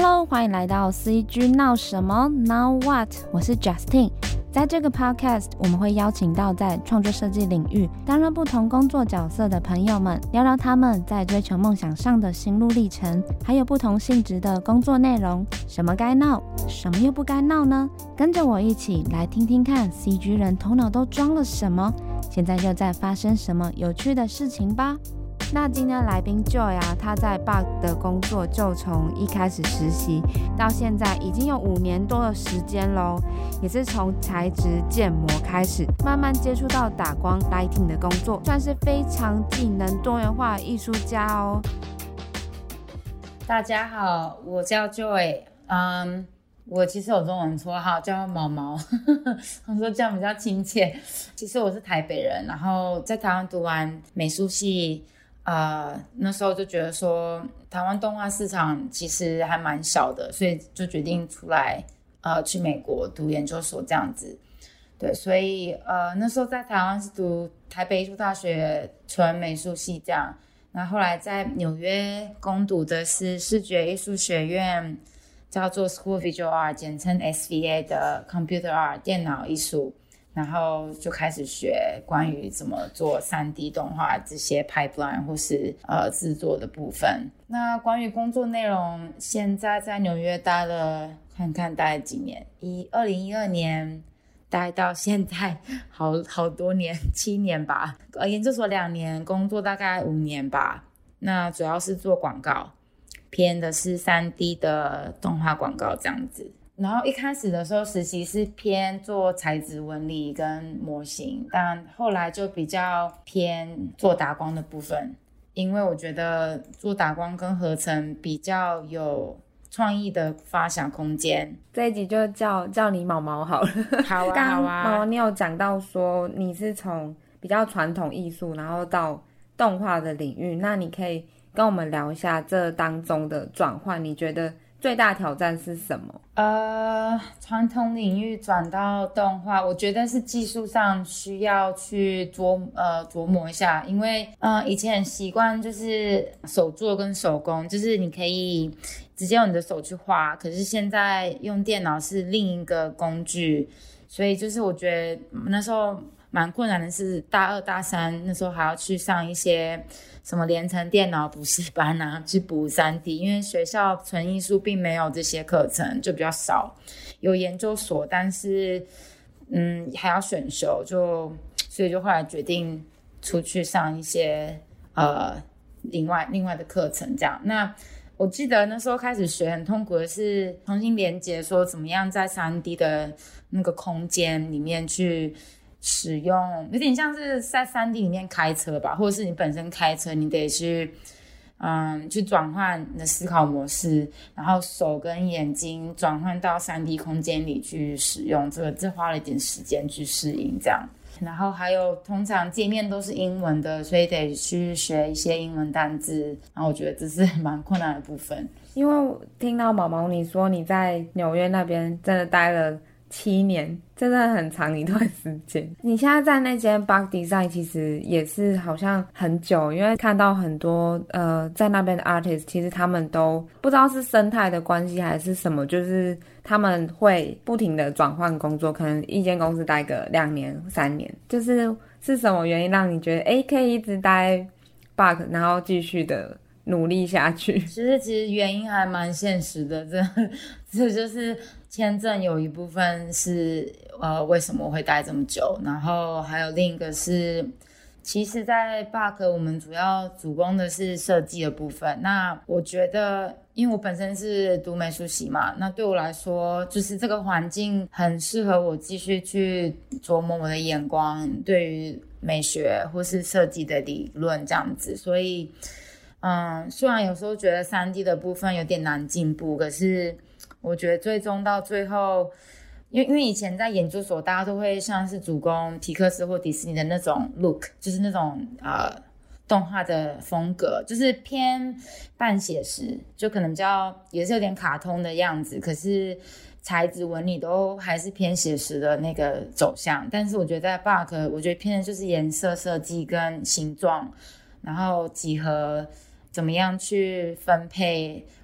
Hello， 欢迎来到 CG 闹什么 Now What， 我是 Justine。在这个 podcast， 我们会邀请到在创作设计领域担任不同工作角色的朋友们，聊聊他们在追求梦想上的心路历程，还有不同性质的工作内容。什么该闹，什么又不该闹呢？跟着我一起来听听看 CG 人头脑都装了什么，现在又在发生什么有趣的事情吧。那今天来宾 Joy 他在 Bug 的工作就从一开始实习到现在已经有5年多的时间咯，也是从材质建模开始，慢慢接触到打光 lighting 的工作，算是非常技能多元化的艺术家哦。 大家好，我叫 Joy， 我其实有中文绰号叫毛毛，他说这样比较亲切。其实我是台北人，然后在台湾读完美术系。那时候就觉得说台湾动画市场其实还蛮小的，所以就决定出来去美国读研究所这样子。对，所以那时候在台湾是读台北艺术大学纯美术系这样，那后来在纽约攻读的是视觉艺术学院，叫做 School of Visual Art， 简称 SVA 的 Computer Art 电脑艺术。然后就开始学关于怎么做 3D 动画这些 pipeline 或是制作的部分。那关于工作内容，现在在纽约待了看看待了几年，2012年待到现在好多年，7年吧。研究所2年，工作大概5年吧。那主要是做广告，偏的是 3D 的动画广告这样子。然后一开始的时候实习是偏做材质纹理跟模型，但后来就比较偏做打光的部分，因为我觉得做打光跟合成比较有创意的发想空间。 这一集就叫你毛毛好了。 好啊， 刚好啊。 毛毛你有讲到说你是从比较传统艺术然后到动画的领域，那你可以跟我们聊一下这当中的转换，你觉得最大挑战是什么？ 传统领域转到动画，我觉得是技术上需要去琢磨一下，因为以前很习惯就是手做跟手工，就是你可以直接用你的手去画，可是现在用电脑是另一个工具，所以就是我觉得那时候蛮困难的是大2大3那时候还要去上一些什么联成电脑补习班啊，去补 3D， 因为学校纯艺术并没有这些课程，就比较少。有研究所，但是还要选修，所以就后来决定出去上一些另外的课程这样。那我记得那时候开始学很痛苦的是重新连接说怎么样在 3D 的那个空间里面去使用，有点像是在 3D 里面开车吧，或者是你本身开车你得去转换你的思考模式，然后手跟眼睛转换到 3D 空间里去使用，这花了一点时间去适应这样。然后还有通常界面都是英文的，所以得去学一些英文单字，然后我觉得这是蛮困难的部分。 因为我听到毛毛你说你在纽约那边真的待了7年，真的很长一段时间。你现在在那间 Bug Design 其实也是好像很久，因为看到很多在那边的 artist， 其实他们都不知道是生态的关系还是什么，就是他们会不停的转换工作，可能一间公司待个2年3年，就是什么原因让你觉得可以一直待 Bug 然后继续的努力下去？ 其实原因还蛮现实的，这就是签证有一部分是为什么会待这么久，然后还有另一个是其实在 Bug 我们主攻的是设计的部分。那我觉得因为我本身是读美术系嘛，那对我来说就是这个环境很适合我继续去琢磨我的眼光对于美学或是设计的理论这样子。所以虽然有时候觉得 3D 的部分有点难进步，可是我觉得最终到最后，因为以前在研究所大家都会像是主攻皮克斯或迪士尼的那种 look， 就是那种动画的风格，就是偏半写实，就可能比较也是有点卡通的样子，可是材质纹理都还是偏写实的那个走向。但是我觉得在 Bug 我觉得偏的就是颜色设计跟形状，然后几何怎么样去分配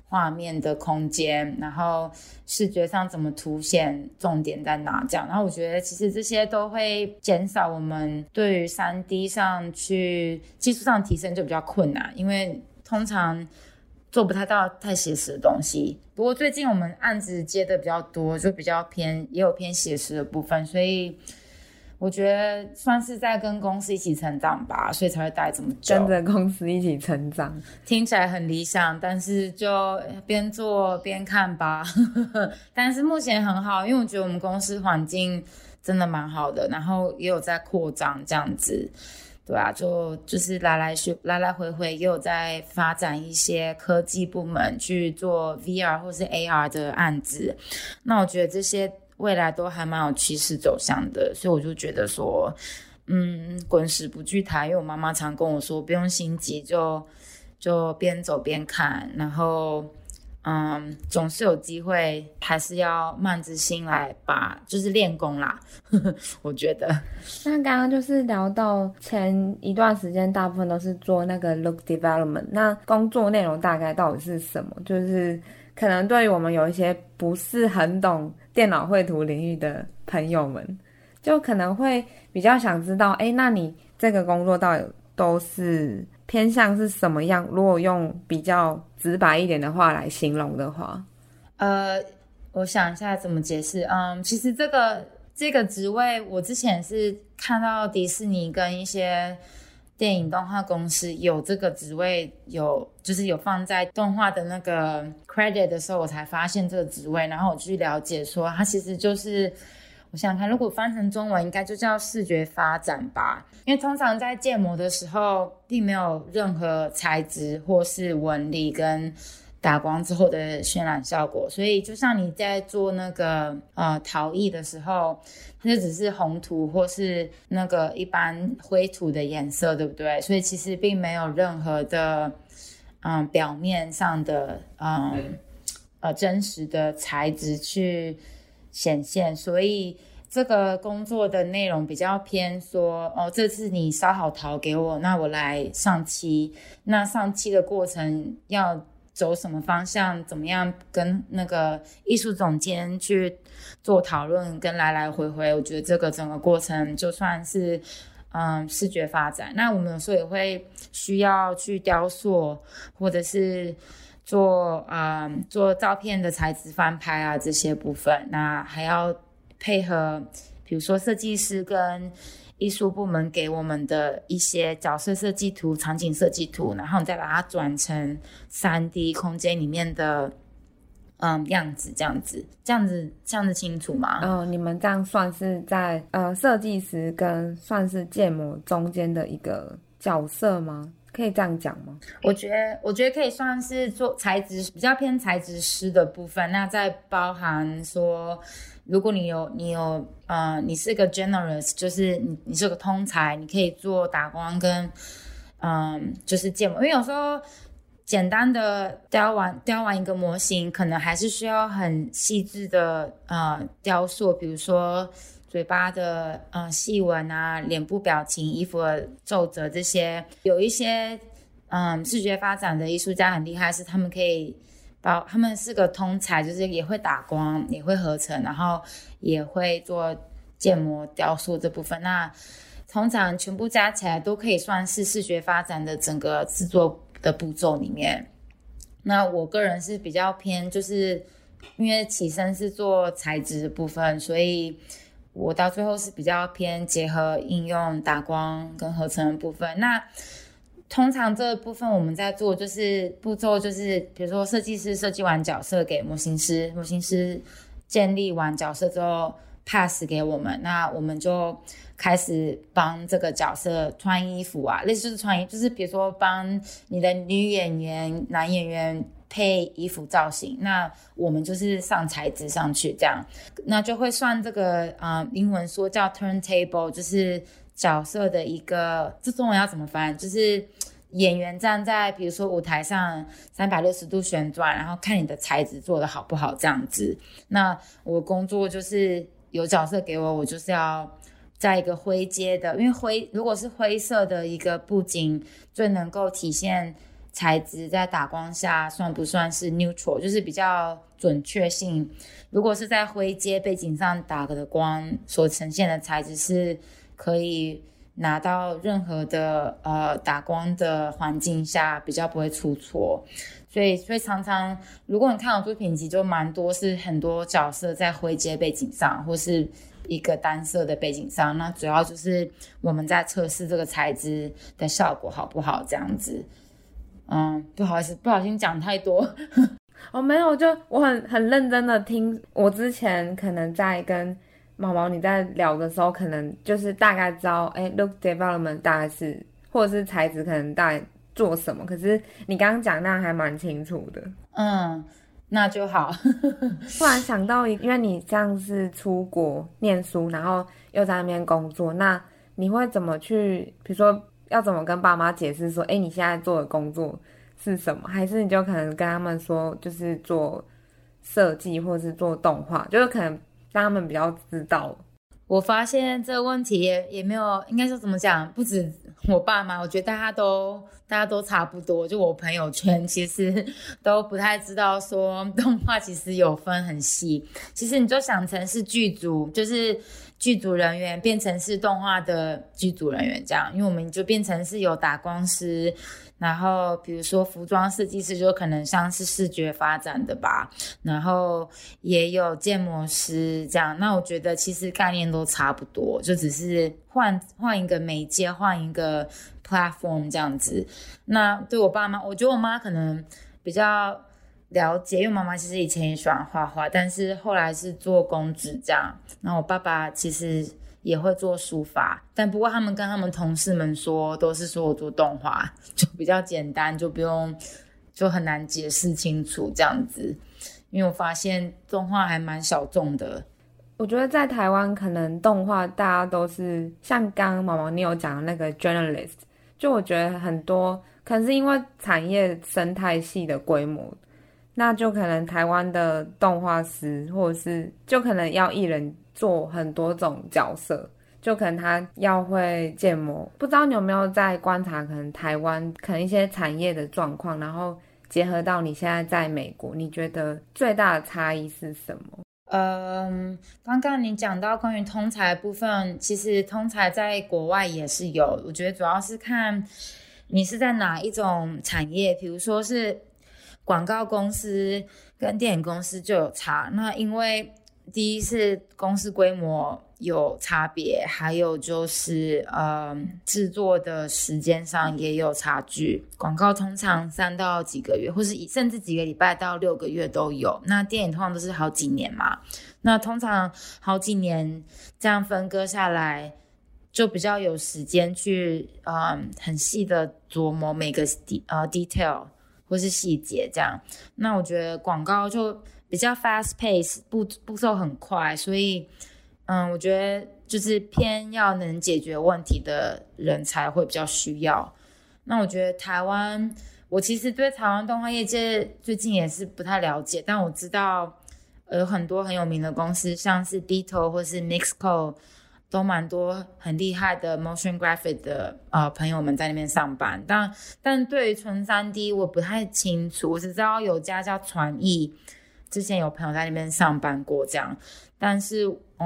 画面的空间，然后视觉上怎么凸显重点在哪这样。然后我觉得其实这些都会减少我们对于 3D 上去技术上提升就比较困难，因为通常做不太到太写实的东西。不过最近我们案子接的比较多，就比较也有偏写实的部分，所以我觉得算是在跟公司一起成长吧，所以才会待这么久。 跟着公司一起成长， 听起来很理想，但是就边做边看吧。但是目前很好，因为我觉得我们公司环境真的蛮好的，然后也有在扩张这样子。对啊，就是来来回回也有在发展一些科技部门去做 VR 或是 AR 的案子。那我觉得这些未来都还蛮有趋势走向的，所以我就觉得说滚石不惧台，因为我妈妈常跟我说不用心急，就边走边看，然后总是有机会，还是要慢着心来就是练功啦。我觉得那刚刚就是聊到前一段时间大部分都是做那个 look development， 那工作内容大概到底是什么？就是可能对于我们有一些不是很懂电脑绘图领域的朋友们，就可能会比较想知道，那你这个工作到底都是偏向是什么样？如果用比较直白一点的话来形容的话， 我想一下怎么解释。其实这个职位，我之前是看到迪士尼跟一些电影动画公司有这个职位，就是有放在动画的那个 credit 的时候，我才发现这个职位，然后我去了解说，它其实就是。我想想看，如果翻成中文应该就叫视觉发展吧，因为通常在建模的时候并没有任何材质或是纹理跟打光之后的渲染效果，所以就像你在做那个陶艺的时候，它就只是红土或是那个一般灰土的颜色，对不对？所以其实并没有任何的表面上的真实的材质去显现，所以这个工作的内容比较偏说，这次你烧好陶给我，那我来上漆，那上漆的过程要走什么方向，怎么样跟那个艺术总监去做讨论，跟来来回回，我觉得这个整个过程就算是视觉发展。那我们有时候也会需要去雕塑，或者是做照片的材质翻拍啊，这些部分，那还要配合比如说设计师跟艺术部门给我们的一些角色设计图、场景设计图，然后你再把它转成 3D 空间里面的样子，这样子清楚吗？ 你们这样算是在设计师跟算是建模中间的一个角色吗？可以这样讲吗？ 我觉得可以算是做材质比较偏材质师的部分，那再包含说，如果你是个 generalist， 就是你是个通才，你可以做打光跟就是建模，因为有时候简单的雕完一个模型，可能还是需要很细致的雕塑，比如说嘴巴的细纹啊，脸部表情、衣服的皱褶这些，有一些视觉发展的艺术家很厉害，是他们可以他们是个通才，就是也会打光，也会合成，然后也会做建模雕塑这部分。那通常全部加起来都可以算是视觉发展的整个制作的步骤里面。那我个人是比较偏，就是因为起身是做材质的部分，所以我到最后是比较偏结合应用打光跟合成的部分。那通常这部分我们在做就是步骤，就是比如说设计师设计完角色给模型师，模型师建立完角色之后 pass 给我们，那我们就开始帮这个角色穿衣服啊，类似就是穿衣服，就是比如说帮你的女演员、男演员配衣服造型，那我们就是上材质上去这样，那就会算这个英文说叫 turntable， 就是角色的一个，这中文要怎么翻？就是演员站在比如说舞台上360度旋转，然后看你的材质做得好不好这样子。那我工作就是有角色给我就是要在一个灰阶的，因为如果是灰色的一个布景最能够体现材质在打光下算不算是 neutral， 就是比较准确性。如果是在灰阶背景上打的光所呈现的材质是可以拿到任何的打光的环境下比较不会出错，所以常常如果你看我作品集就蛮多是很多角色在灰阶背景上或是一个单色的背景上，那主要就是我们在测试这个材质的效果好不好这样子。不好意思，不小心讲太多。 没有，就我很认真的听。我之前可能在跟毛毛你在聊的时候，可能就是大概知道look development 大概是或者是材质可能大概做什么，可是你刚刚讲那样还蛮清楚的。 那就好。 突然想到因为你这样是出国念书，然后又在那边工作，那你会怎么去比如说要怎么跟爸妈解释说你现在做的工作是什么？还是你就可能跟他们说就是做设计或是做动画，就是可能让他们比较知道。 我发现这个问题也没有，应该说怎么讲，不止我爸妈，我觉得大家都差不多。就我朋友圈其实都不太知道说动画其实有分很细。其实你就想成是剧组，就是剧组人员变成是动画的剧组人员这样，因为我们就变成是有打光师，然后比如说服装设计师就可能像是视觉发展的吧，然后也有建模师这样。那我觉得其实概念都差不多，就只是换一个媒介，换一个 platform 这样子。那对我爸妈，我觉得我妈可能比较了解，因为妈妈其实以前也喜欢画画，但是后来是做公职这样。然后我爸爸其实也会做书法，但不过他们跟他们同事们说都是说我做动画，就比较简单，就不用就很难解释清楚这样子。因为我发现动画还蛮小众的。 我觉得在台湾可能动画大家都是像刚刚毛毛你有讲的那个 journalist， 就我觉得很多可能是因为产业生态系的规模，那就可能台湾的动画师或者是就可能要一人做很多种角色，就可能他要会建模。不知道你有没有在观察可能台湾可能一些产业的状况，然后结合到你现在在美国，你觉得最大的差异是什么？ 刚刚你讲到关于通才的部分，其实通才在国外也是有，我觉得主要是看你是在哪一种产业，比如说是广告公司跟电影公司就有差。那因为第一是公司规模有差别，还有就是制作的时间上也有差距。广告通常3到几个月，或是甚至几个礼拜到6个月都有。那电影通常都是好几年嘛，那通常好几年这样分割下来，就比较有时间去很细的琢磨每个detail 或是细节这样。那我觉得广告就比较 fast pace， 步骤很快，所以我觉得就是偏要能解决问题的人才会比较需要。那我觉得台湾，我其实对台湾动画业界最近也是不太了解，但我知道有很多很有名的公司，像是 Dito 或是 Mixco， 都蛮多很厉害的 motion graphic 的朋友们在那边上班。但对于纯 3D 我不太清楚，我只知道有家叫传艺，之前有朋友在那边上班过这样。但是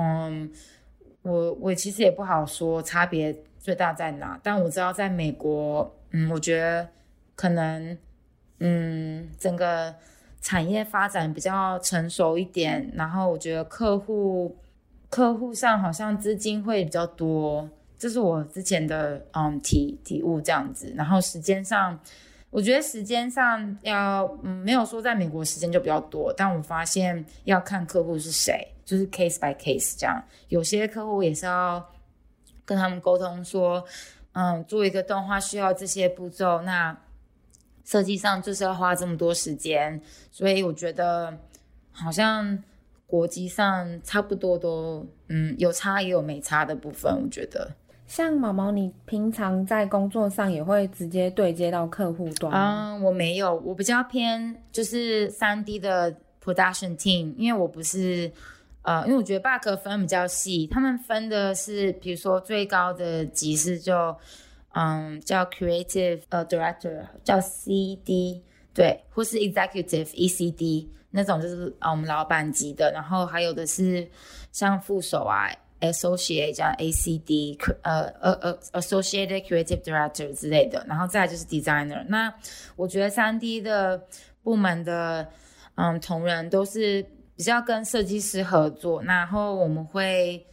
我其实也不好说差别最大在哪，但我知道在美国我觉得可能整个产业发展比较成熟一点，然后我觉得客户上好像资金会比较多，这是我之前的体悟这样子。然后时间上，我觉得时间上要没有说在美国时间就比较多，但我发现要看客户是谁，就是 case by case 这样。有些客户也是要跟他们沟通说做一个动画需要这些步骤，那设计上就是要花这么多时间，所以我觉得好像国际上差不多都有差也有没差的部分。我觉得像毛毛你平常在工作上也会直接对接到客户端吗？ 我没有，我比较偏就是 3D 的 production team， 因为我不是因为我觉得 bug 分比较细，他们分的是比如说最高的级是就叫 Creative Director， 叫 CD， 对，或是 Executive ECD 那种就是我们老板级的，然后还有的是像副手啊 Associate 这样 ACD Associated Creative Director 之类的，然后再来就是 Designer。 那我觉得 3D 的部门的同仁都是比较跟设计师合作，然后我们会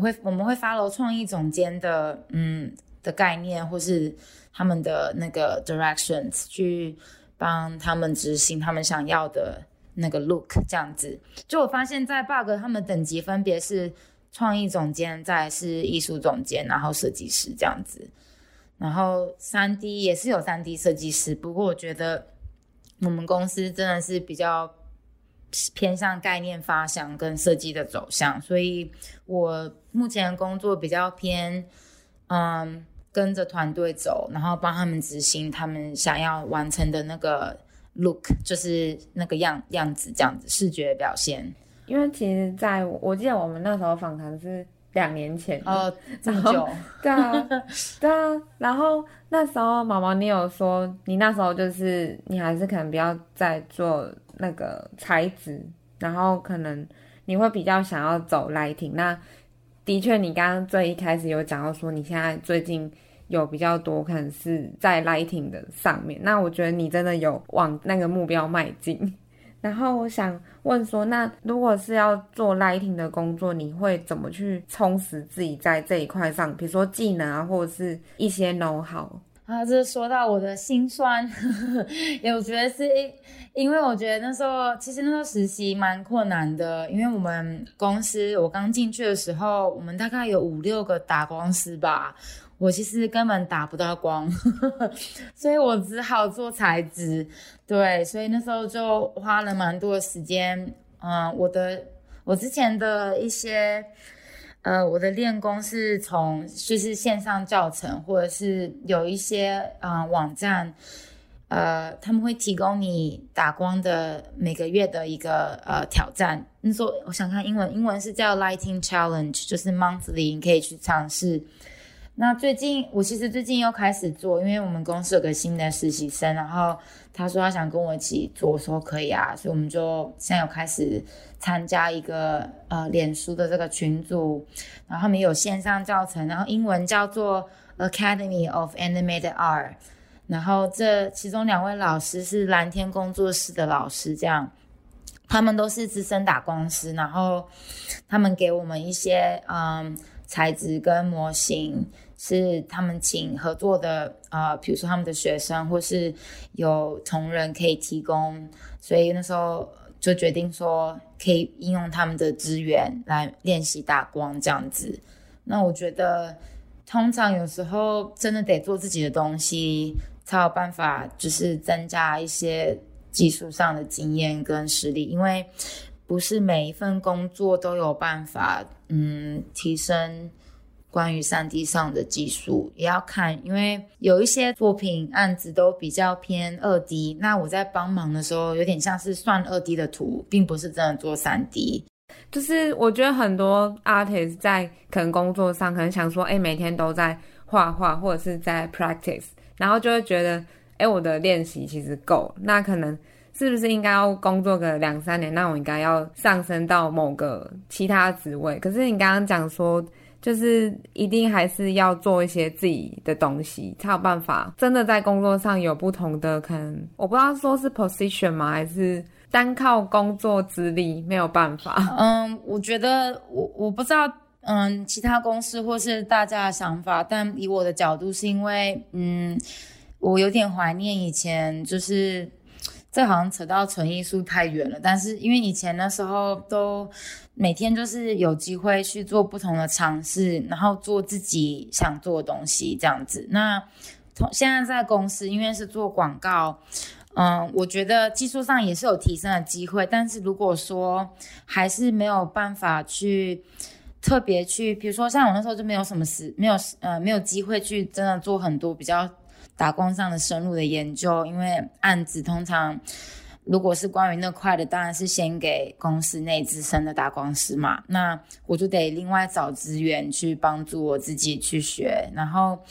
follow 创意总监的概念或是他们的那个 directions 去帮他们执行他们想要的那个 look 这样子。就我发现在 Bug 他们的等级分别是创意总监，再来是艺术总监，然后设计师这样子。然后 3D 也是有 3D 设计师，不过我觉得我们公司真的是比较偏向概念发想跟设计的走向，所以我目前的工作比较偏跟着团队走，然后帮他们执行他们想要完成的那个 look， 就是那个样子这样子，视觉表现。 因为其实我记得我们那时候访谈是2年前这么久。 对啊，然后那时候毛毛你有说你那时候就是你还是可能比较在做那个材质，然后可能你会比较想要走 lighting。 那的确你刚刚最一开始有讲到说你现在最近有比较多可能是在 lighting 的上面，那我觉得你真的有往那个目标迈进。然后我想问说，那如果是要做 lighting 的工作，你会怎么去充实自己在这一块上，比如说技能啊，或者是一些 know how 啊？这说到我的心酸也我觉得是因为我觉得其实那时候实习蛮困难的，因为我们公司我刚进去的时候，我们大概有5-6个打光师吧，我其实根本打不到光所以我只好做材质。对，所以那时候就花了蛮多的时间。我之前的一些我的练功是从就是线上教程，或者是有一些网站他们会提供你打光的每个月的一个挑战。那时候我想看英文是叫 Lighting Challenge， 就是 monthly 你可以去尝试。那我其实最近又开始做，因为我们公司有个新的实习生，然后他说他想跟我一起做，我说可以啊，所以我们就现在有开始参加一个脸书的这个群组，然后他们有线上教程，然后英文叫做 Academy of Animated Art， 然后这其中2位老师是蓝天工作室的老师，这样他们都是资深打光师，然后他们给我们一些材质跟模型是他们请合作的比如说他们的学生或是有同仁可以提供，所以那时候就决定说可以应用他们的资源来练习打光这样子。那我觉得通常有时候真的得做自己的东西才有办法就是增加一些技术上的经验跟实力，因为不是每一份工作都有办法提升关于 3D 上的技术，也要看，因为有一些作品案子都比较偏 2D， 那我在帮忙的时候有点像是算 2D 的图，并不是真的做 3D。 就是我觉得很多 artist 在可能工作上可能想说每天都在画画或者是在 practice， 然后就会觉得我的练习其实够，那可能是不是应该要工作个2-3年，那我应该要上升到某个其他职位。可是你刚刚讲说就是一定还是要做一些自己的东西才有办法真的在工作上有不同的，可能我不知道说是 position 吗，还是单靠工作资历没有办法。 我觉得我不知道其他公司或是大家的想法，但以我的角度是因为我有点怀念以前，就是这好像扯到纯艺术太远了，但是因为以前那时候都每天就是有机会去做不同的尝试，然后做自己想做的东西这样子。那现在在公司因为是做广告，我觉得技术上也是有提升的机会，但是如果说还是没有办法去特别去，比如说像我那时候就没有机会去真的做很多比较打光上的深入的研究，因为案子通常如果是关于那块的，当然是先给公司内资深的打光师嘛，那我就得另外找资源去帮助我自己去学。然后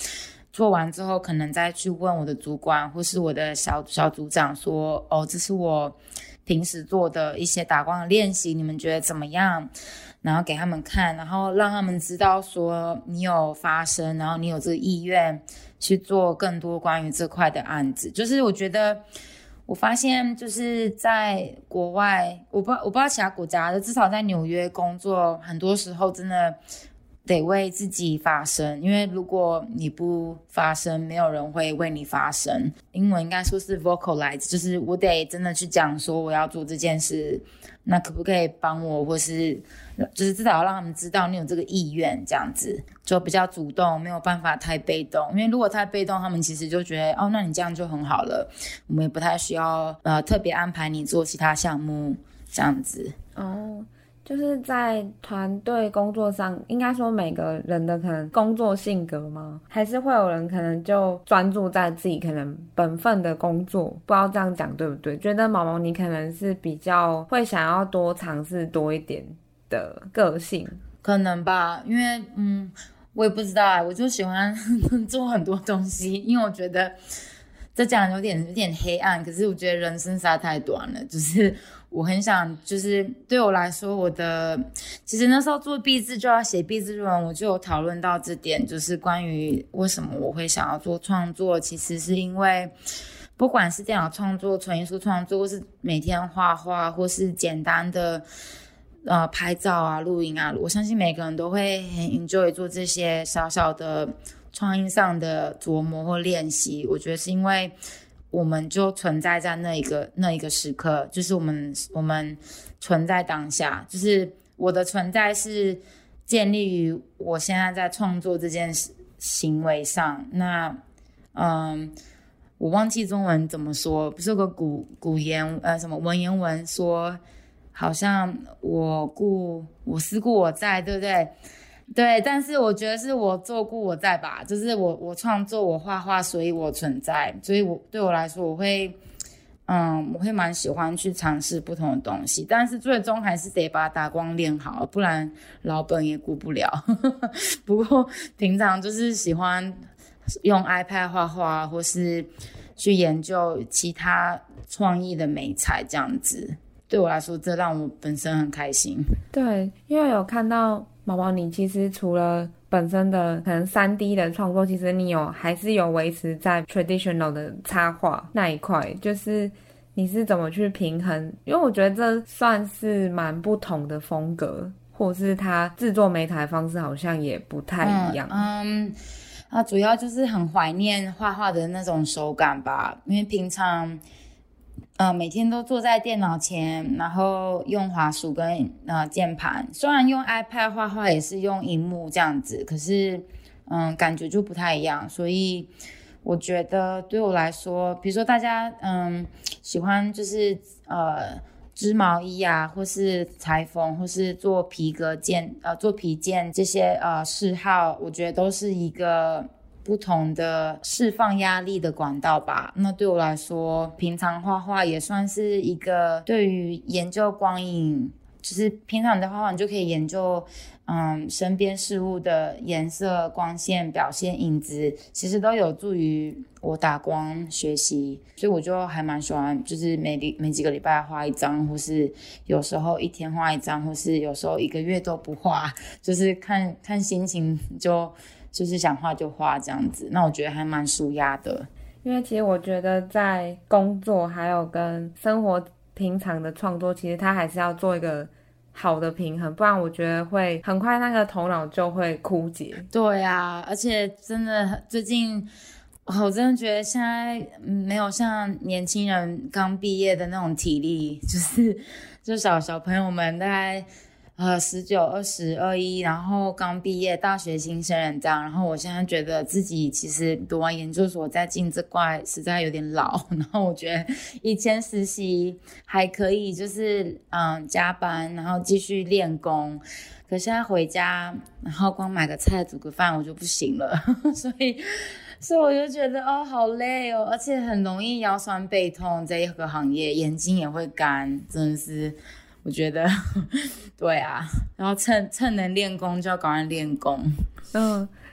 做完之后可能再去问我的主管或是我的小组长说，这是我平时做的一些打光的练习，你们觉得怎么样？然后给他们看，然后让他们知道说你有发声，然后你有这个意愿去做更多关于这块的案子。就是我觉得我发现就是在国外，我不知道其他国家的，至少在纽约工作，很多时候真的得为自己发声，因为如果你不发声，没有人会为你发声。英文应该说是 vocalize， 就是我得真的去讲说我要做这件事，那可不可以帮我，或是就是至少要让他们知道你有这个意愿，这样子就比较主动，没有办法太被动。因为如果太被动，他们其实就觉得那你这样就很好了，我们也不太需要特别安排你做其他项目这样子。 就是在团队工作上，应该说每个人的可能工作性格吗？还是会有人可能就专注在自己可能本分的工作，不知道这样讲对不对？觉得毛毛你可能是比较会想要多尝试多一点的个性， 可能吧，因为我也不知道我就喜欢做很多东西，因为我觉得这讲有点黑暗，可是我觉得人生实在太短了，就是我很想，就是对我来说，其实那时候做毕制就要写毕制论文，我就有讨论到这点，就是关于为什么我会想要做创作，其实是因为不管是电脑创作、纯艺术创作，或是每天画画，或是简单的拍照啊、录影啊，我相信每个人都会很 enjoy 做这些小小的创意上的琢磨或练习。我觉得是因为我们就存在在那一个时刻，就是我们存在当下，就是我的存在是建立于我现在在创作这件行为上。那我忘记中文怎么说，不是有个古言什么文言文说，好像我思故我在，对不对？对，但是我觉得是我做故我在吧，就是我创作，我画画，所以我存在，所以对我来说，我会蛮喜欢去尝试不同的东西，但是最终还是得把打光练好，不然老本也顾不了。不过平常就是喜欢用 iPad 画画，或是去研究其他创意的媒材这样子。对我来说，这让我本身很开心。 对，因为有看到毛毛你其实除了本身的可能 3D 的创作，其实你还是有维持在 traditional 的插画那一块，就是你是怎么去平衡？因为我觉得这算是蛮不同的风格，或者是它制作媒材方式好像也不太一样。 主要就是很怀念画画的那种手感吧，因为平常每天都坐在电脑前，然后用滑鼠跟键盘，虽然用 iPad 画画也是用萤幕这样子，可是感觉就不太一样。所以我觉得对我来说，比如说大家喜欢就是织毛衣啊，或是裁缝，或是做皮革件做皮件这些嗜好，我觉得都是一个不同的释放压力的管道吧。那对我来说，平常画画也算是一个对于研究光影，就是平常你的画画，你就可以研究身边事物的颜色、光线、表现、影子，其实都有助于我打光学习。所以我就还蛮喜欢，就是每几个礼拜画一张，或是有时候一天画一张，或是有时候1个月都不画，就是看心情，就是想画就画这样子。那我觉得还蛮舒压的。 因为其实我觉得在工作还有跟生活平常的创作，其实它还是要做一个好的平衡，不然我觉得会很快那个头脑就会枯竭。对啊，而且真的最近我真的觉得现在没有像年轻人刚毕业的那种体力，就小朋友们大概19、20、21，然后刚毕业大学新生人这样。然后我现在觉得自己其实读完研究所再进这块实在有点老，然后我觉得以前实习还可以，就是加班然后继续练功，可现在回家然后光买个菜煮个饭我就不行了。所以我就觉得好累而且很容易腰酸背痛，这一个行业眼睛也会干，真的是我觉得对啊，然后趁能练功就要赶快练功。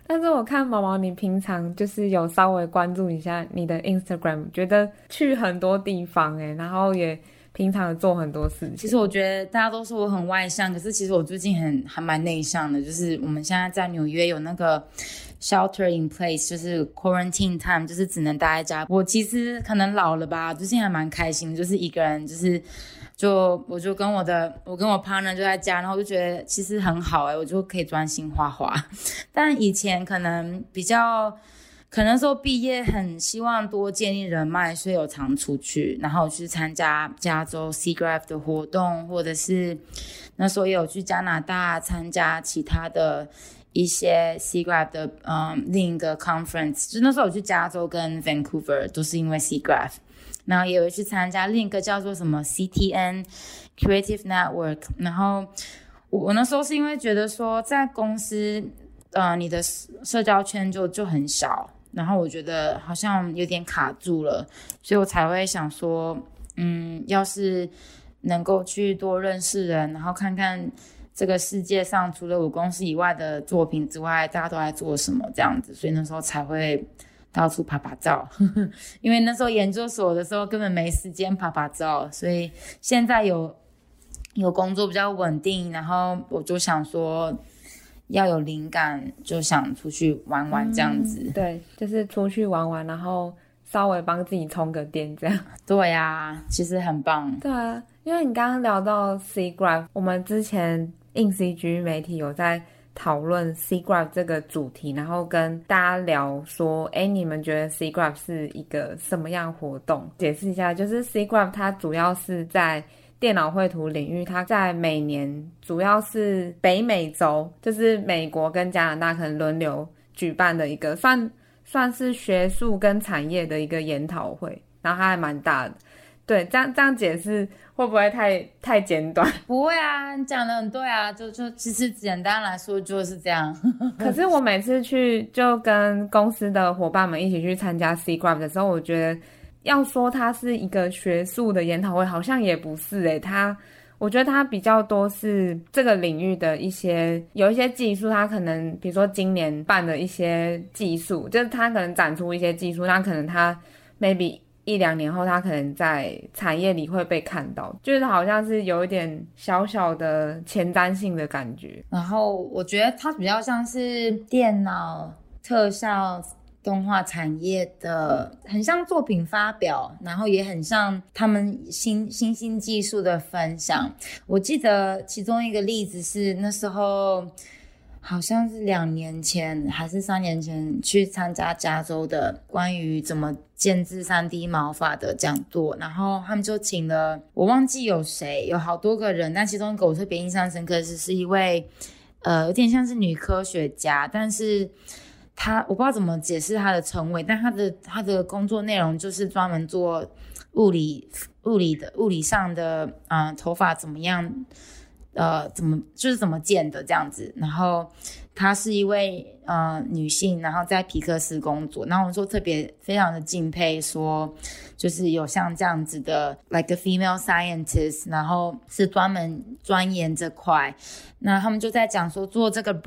但是我看毛毛你平常就是有稍微关注一下你的 Instagram， 觉得去很多地方然后也平常有做很多事情。 其实我觉得大家都说我很外向，可是其实我最近还蛮内向的。就是我们现在在纽约有那个 shelter in place， 就是 quarantine time， 就是只能待在家。我其实可能老了吧，最近还蛮开心的，就是一个人，我就跟我 partner 就在家，然后我就觉得其实很好我就可以专心画画。但以前可能说毕业很希望多建立人脉，所以有常出去，然后去参加加州 SIGGRAPH 的活动，或者是那时候也有去加拿大参加其他的一些 SIGGRAPH 的另一个 conference， 就那时候有去加州跟 Vancouver 都是因为 SIGGRAPH， 然后也有去参加另一个叫做什么 CTN Creative Network， 然后我那时候是因为觉得说在公司你的社交圈就很小，然后我觉得好像有点卡住了，所以我才会想说要是能够去多认识人，然后看看这个世界上除了我公司以外的作品之外大家都在做什么这样子，所以那时候才会到处拍照因为那时候研究所的时候根本没时间拍照，所以现在有工作比较稳定，然后我就想说要有灵感就想出去玩玩这样子对，就是出去玩玩，然后稍微帮自己充个电这样。 对啊，其实很棒。 对啊，因为你刚刚聊到 SIGGRAPH， 我们之前 InCG 媒体有在讨论 SIGGRAPH 这个主题，然后跟大家聊说你们觉得 SIGGRAPH 是一个什么样活动？解释一下，就是 SIGGRAPH 它主要是在电脑绘图领域，它在每年主要是北美洲，就是美国跟加拿大可能轮流举办的一个算是学术跟产业的一个研讨会，然后它还蛮大的。对，这样解释会不会太简短？ 不会啊，你讲的很对啊，就其实简单来说就是这样。 可是我每次去就跟公司的伙伴们一起去参加 SIGGRAPH 的时候，我觉得要说它是一个学术的研讨会好像也不是我觉得它比较多是这个领域的有一些技术，它可能比如说今年办的一些技术，就是它可能展出一些技术，那可能它 maybe 1-2年后它可能在产业里会被看到，就是好像是有一点小小的前瞻性的感觉。 然后我觉得它比较像是电脑特效动画产业的，很像作品发表，然后也很像他们新技术的分享。我记得其中一个例子是那时候好像是2年前还是3年前去参加加州的关于怎么建制 3D 毛发的讲座，然后他们就请了我忘记有谁，有好多个人，但其中一个我特别印象深刻是一位有点像是女科学家，但是我不知道怎么解释她的称谓，但她的工作内容就是专门做物理上的头发怎么样怎么建的这样子。然后她是一位女性，然后在皮克斯工作，然后我说特别非常的敬佩，说就是有像这样子的 like a female scientist， 然后是专门钻研这块。那他们就在讲说做这个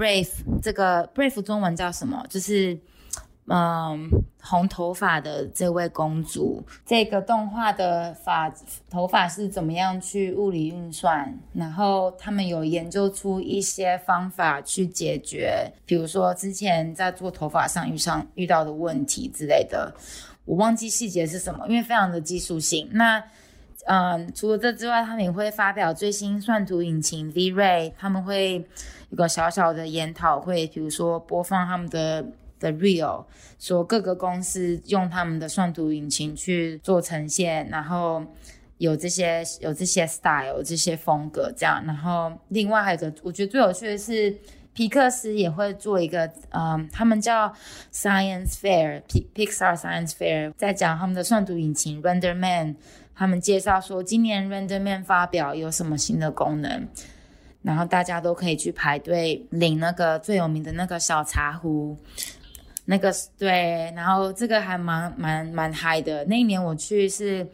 Brave 中文叫什么，就是红头发的这位公主，这个动画的头发是怎么样去物理运算，然后他们有研究出一些方法去解决比如说之前在做头发上遇到的问题之类的，我忘记细节是什么，因为非常的技术性。那除了这之外，他们也会发表最新算图引擎 V-Ray， 他们会有个小小的研讨会，比如说播放他们的 Reel， 说各个公司用他们的算图引擎去做呈现，然后有这些 style 这些风格这样。然后另外还有一个我觉得最有趣的是皮克斯也会做一个他们叫 Science Fair Pixar Science Fair， 在讲他们的算图引擎 RenderMan， 他们介绍说今年 RenderMan 发表有什么新的功能，然后大家都可以去排队领那个最有名的那个小茶壶，那个对，然后这个还蛮嗨的。那一年我去是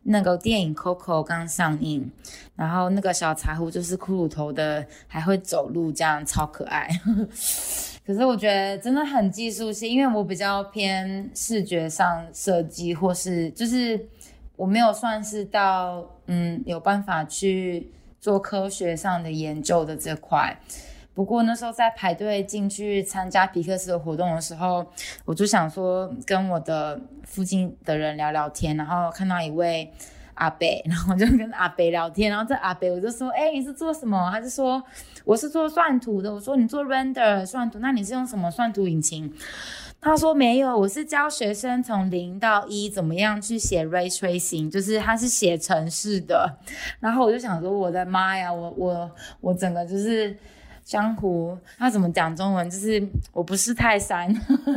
那个电影 Coco 刚上映，然后那个小柴胡就是骷髅头的，还会走路，这样超可爱。可是我觉得真的很技术性，因为我比较偏视觉上设计，或是就是我没有算是到有办法去做科学上的研究的这块。不过那时候在排队进去参加皮克斯的活动的时候，我就想说跟我的附近的人聊聊天，然后看到一位阿伯，然后我就跟阿伯聊天，然后这阿伯我就说你是做什么？他就说我是做算图的。我说你做 render 算图，那你是用什么算图引擎？他说没有，我是教学生从0到1怎么样去写 ray tracing， 就是他是写程式的。然后我就想说我的妈呀，我整个就是江湖，他怎么讲中文？就是我不是泰山，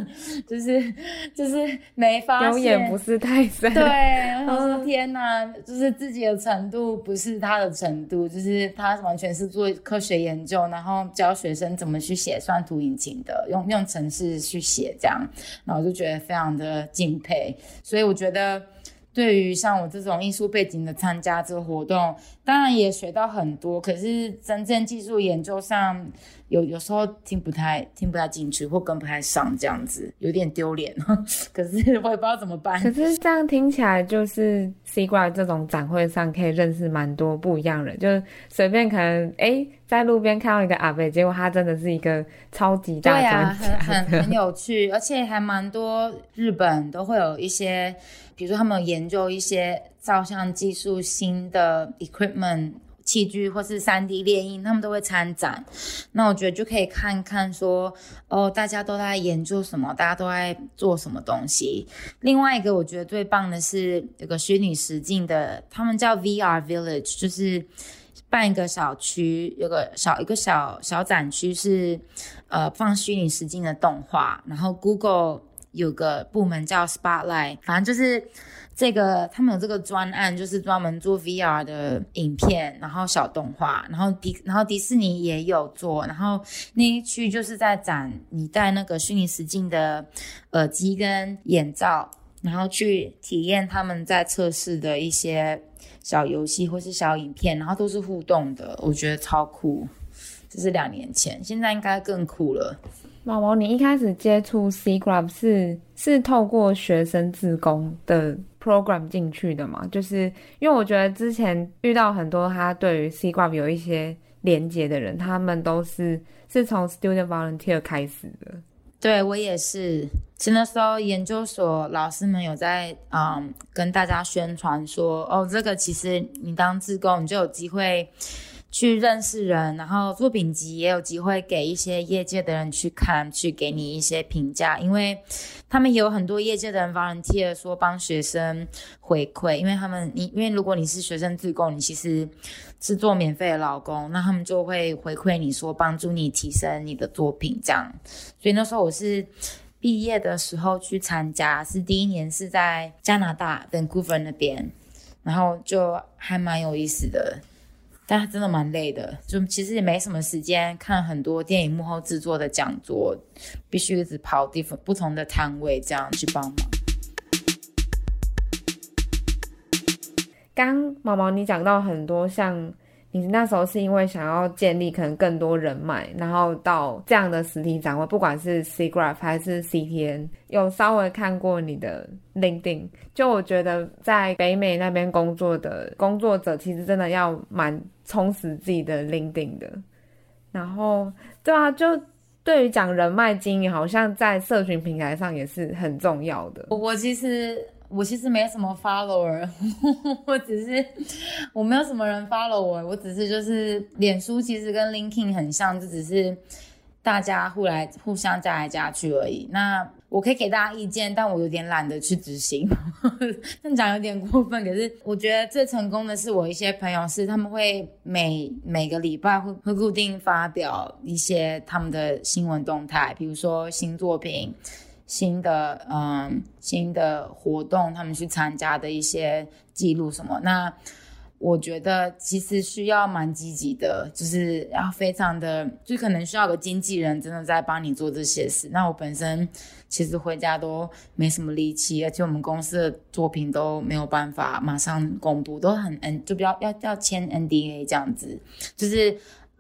就是没发现， 有眼不是泰山。 对，我说天哪，就是自己的程度不是他的程度，就是他完全是做科学研究，然后教学生怎么去写算图引擎的，用程式去写这样，然后我就觉得非常的敬佩。所以我觉得对于像我这种艺术背景的参加这个活动，当然也学到很多，可是真正技术研究上有时候听不太进去，或跟不太上，这样子有点丢脸。可是我也不知道怎么办。 可是这样听起来就是 SIGGRAPH 这种展会上可以认识蛮多不一样人，就是随便可能在路边看到一个阿伯，结果他真的是一个超级大专家。 对啊，很有趣，而且还蛮多日本都会有一些，比如说他们有研究一些照相技术新的 equipment 器具，或是 3D 列印，他们都会参展。那我觉得就可以看看说大家都在研究什么，大家都在做什么东西。另外一个我觉得最棒的是有个虚拟实境的，他们叫 VR Village， 就是办一个小区，有个小展区是放虚拟实境的动画，然后 Google 有个部门叫 Spotlight， 反正就是他们有这个专案，就是专门做 VR 的影片，然后小动画，然后迪士尼也有做，然后那一区就是在展你戴那个虚拟实境的耳机跟眼罩，然后去体验他们在测试的一些小游戏或是小影片，然后都是互动的，我觉得超酷。这是2年前，现在应该更酷了。 毛毛，你一开始接触 SIGGRAPH 是透过学生志工的 program 进去的吗？就是因为我觉得之前遇到很多他对于 SIGGRAPH 有一些连结的人，他们都是从 student volunteer 开始的。 对，我也是那时候研究所老师们有在跟大家宣传说这个其实你当志工你就有机会去认识人，然后作品集也有机会给一些业界的人去看，去给你一些评价，因为他们也有很多业界的人 volunteer 说帮学生回馈，因为如果你是学生志工，你其实是做免费的劳工，那他们就会回馈你说帮助你提升你的作品这样。所以那时候我是毕业的时候去参加，是第一年是在加拿大 Vancouver 那边，然后就还蛮有意思的，但真的蛮累的，就其实也没什么时间看很多电影幕后制作的讲座，必须一直跑不同的摊位这样去帮忙。 刚毛毛你讲到很多，像你那时候是因为想要建立可能更多人脉，然后到这样的实体展会，不管是 SIGGRAPH 还是 CTN， 有稍微看过你的 LinkedIn， 就我觉得在北美那边工作的工作者其实真的要蛮充实自己的 LinkedIn 的。然后对啊，就对于讲人脉经营，好像在社群平台上也是很重要的。 我其实没什么 follower， 我没有什么人 follow我只是就是脸书其实跟 LinkedIn 很像，就只是大家互相加来加去而已。那我可以给大家意见，但我有点懒得去执行，这样讲有点过分。可是我觉得最成功的是我一些朋友是他们会每个礼拜会固定发表一些他们的新闻动态，比如说新作品。新的活动，他们去参加的一些记录什么。那我觉得其实需要蛮积极的，就是要非常的，就可能需要有个经纪人真的在帮你做这些事。那我本身其实回家都没什么力气，而且我们公司的作品都没有办法马上公布，都很就比较要签 NDA 这样子，就是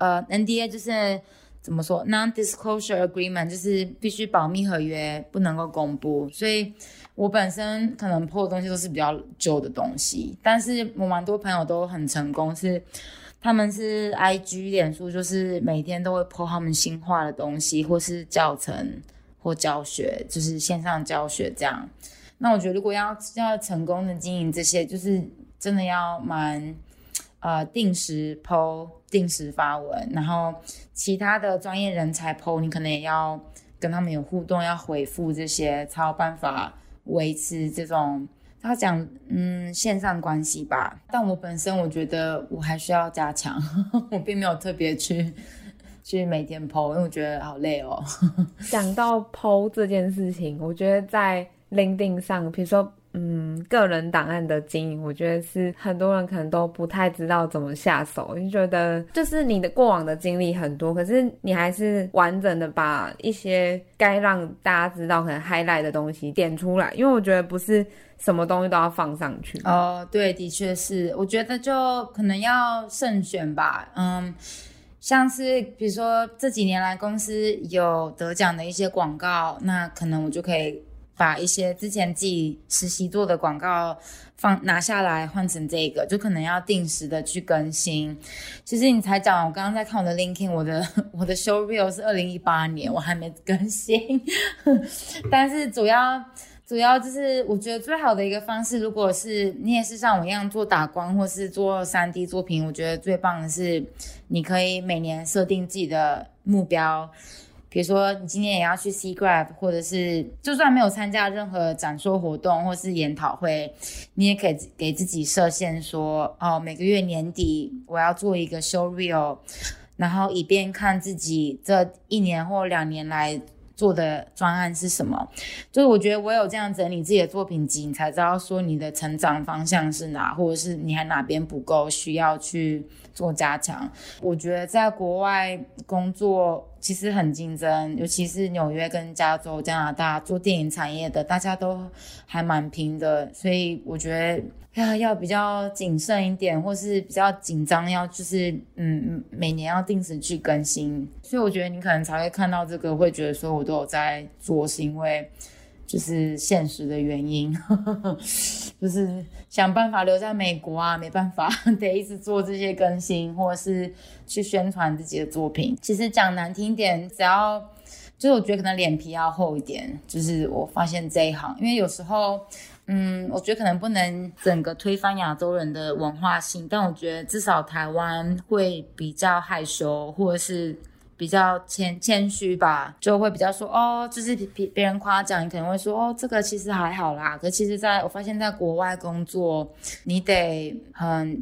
NDA 就是怎么说 Non-Disclosure Agreement， 就是必须保密合约，不能够公布。所以我本身可能 po 的东西都是比较旧的东西，但是我蛮多朋友都很成功，是他们是 IG 脸书，就是每天都会 po 他们新画的东西，或是教程或教学，就是线上教学这样。那我觉得如果要成功的经营这些，就是真的要蛮定时 po 定时发文，然后其他的专业人才 po 你可能也要跟他们有互动，要回复这些，才有办法维持这种他讲线上关系吧。但我本身我觉得我还需要加强我并没有特别去每天 po， 因为我觉得好累哦讲到 po 这件事情，我觉得在 LinkedIn 上，比如说个人档案的经营，我觉得是很多人可能都不太知道怎么下手，就觉得就是你的过往的经历很多，可是你还是完整的把一些该让大家知道可能 highlight 的东西点出来，因为我觉得不是什么东西都要放上去。 对，的确是，我觉得就可能要慎选吧。像是比如说这几年来公司有得奖的一些广告，那可能我就可以把一些之前自己实习做的广告拿下来换成这个，就可能要定时的去更新。其实你才讲，我刚刚在看我的 LinkedIn， 我的 show reel 是2018年，我还没更新但是主要就是我觉得最好的一个方式，如果是你也是像我一样做打光或是做 3D 作品，我觉得最棒的是你可以每年设定自己的目标，比如说你今年也要去 SIGGRAPH， 或者是就算没有参加任何展说活动或是研讨会，你也可以给自己设限说每个月年底我要做一个 show reel， 然后以便看自己这1年或2年来做的专案是什么。就是我觉得我有这样整理自己的作品集，你才知道说你的成长方向是哪，或者是你还哪边不够需要去做加强。我觉得在国外工作其实很竞争，尤其是纽约跟加州、加拿大做电影产业的，大家都还蛮拼的，所以我觉得要比较谨慎一点，或是比较紧张，要就是每年要定时去更新。所以我觉得你可能才会看到这个，会觉得说我都有在做，是因为就是现实的原因就是想办法留在美国啊，没办法得一直做这些更新，或者是去宣传自己的作品。其实讲难听点，只要就是我觉得可能脸皮要厚一点，就是我发现这一行，因为有时候我觉得可能不能整个推翻亚洲人的文化性，但我觉得至少台湾会比较害羞，或者是比较谦虚吧，就会比较说就是别人夸奖你可能会说这个其实还好啦，可其实我发现在国外工作你得很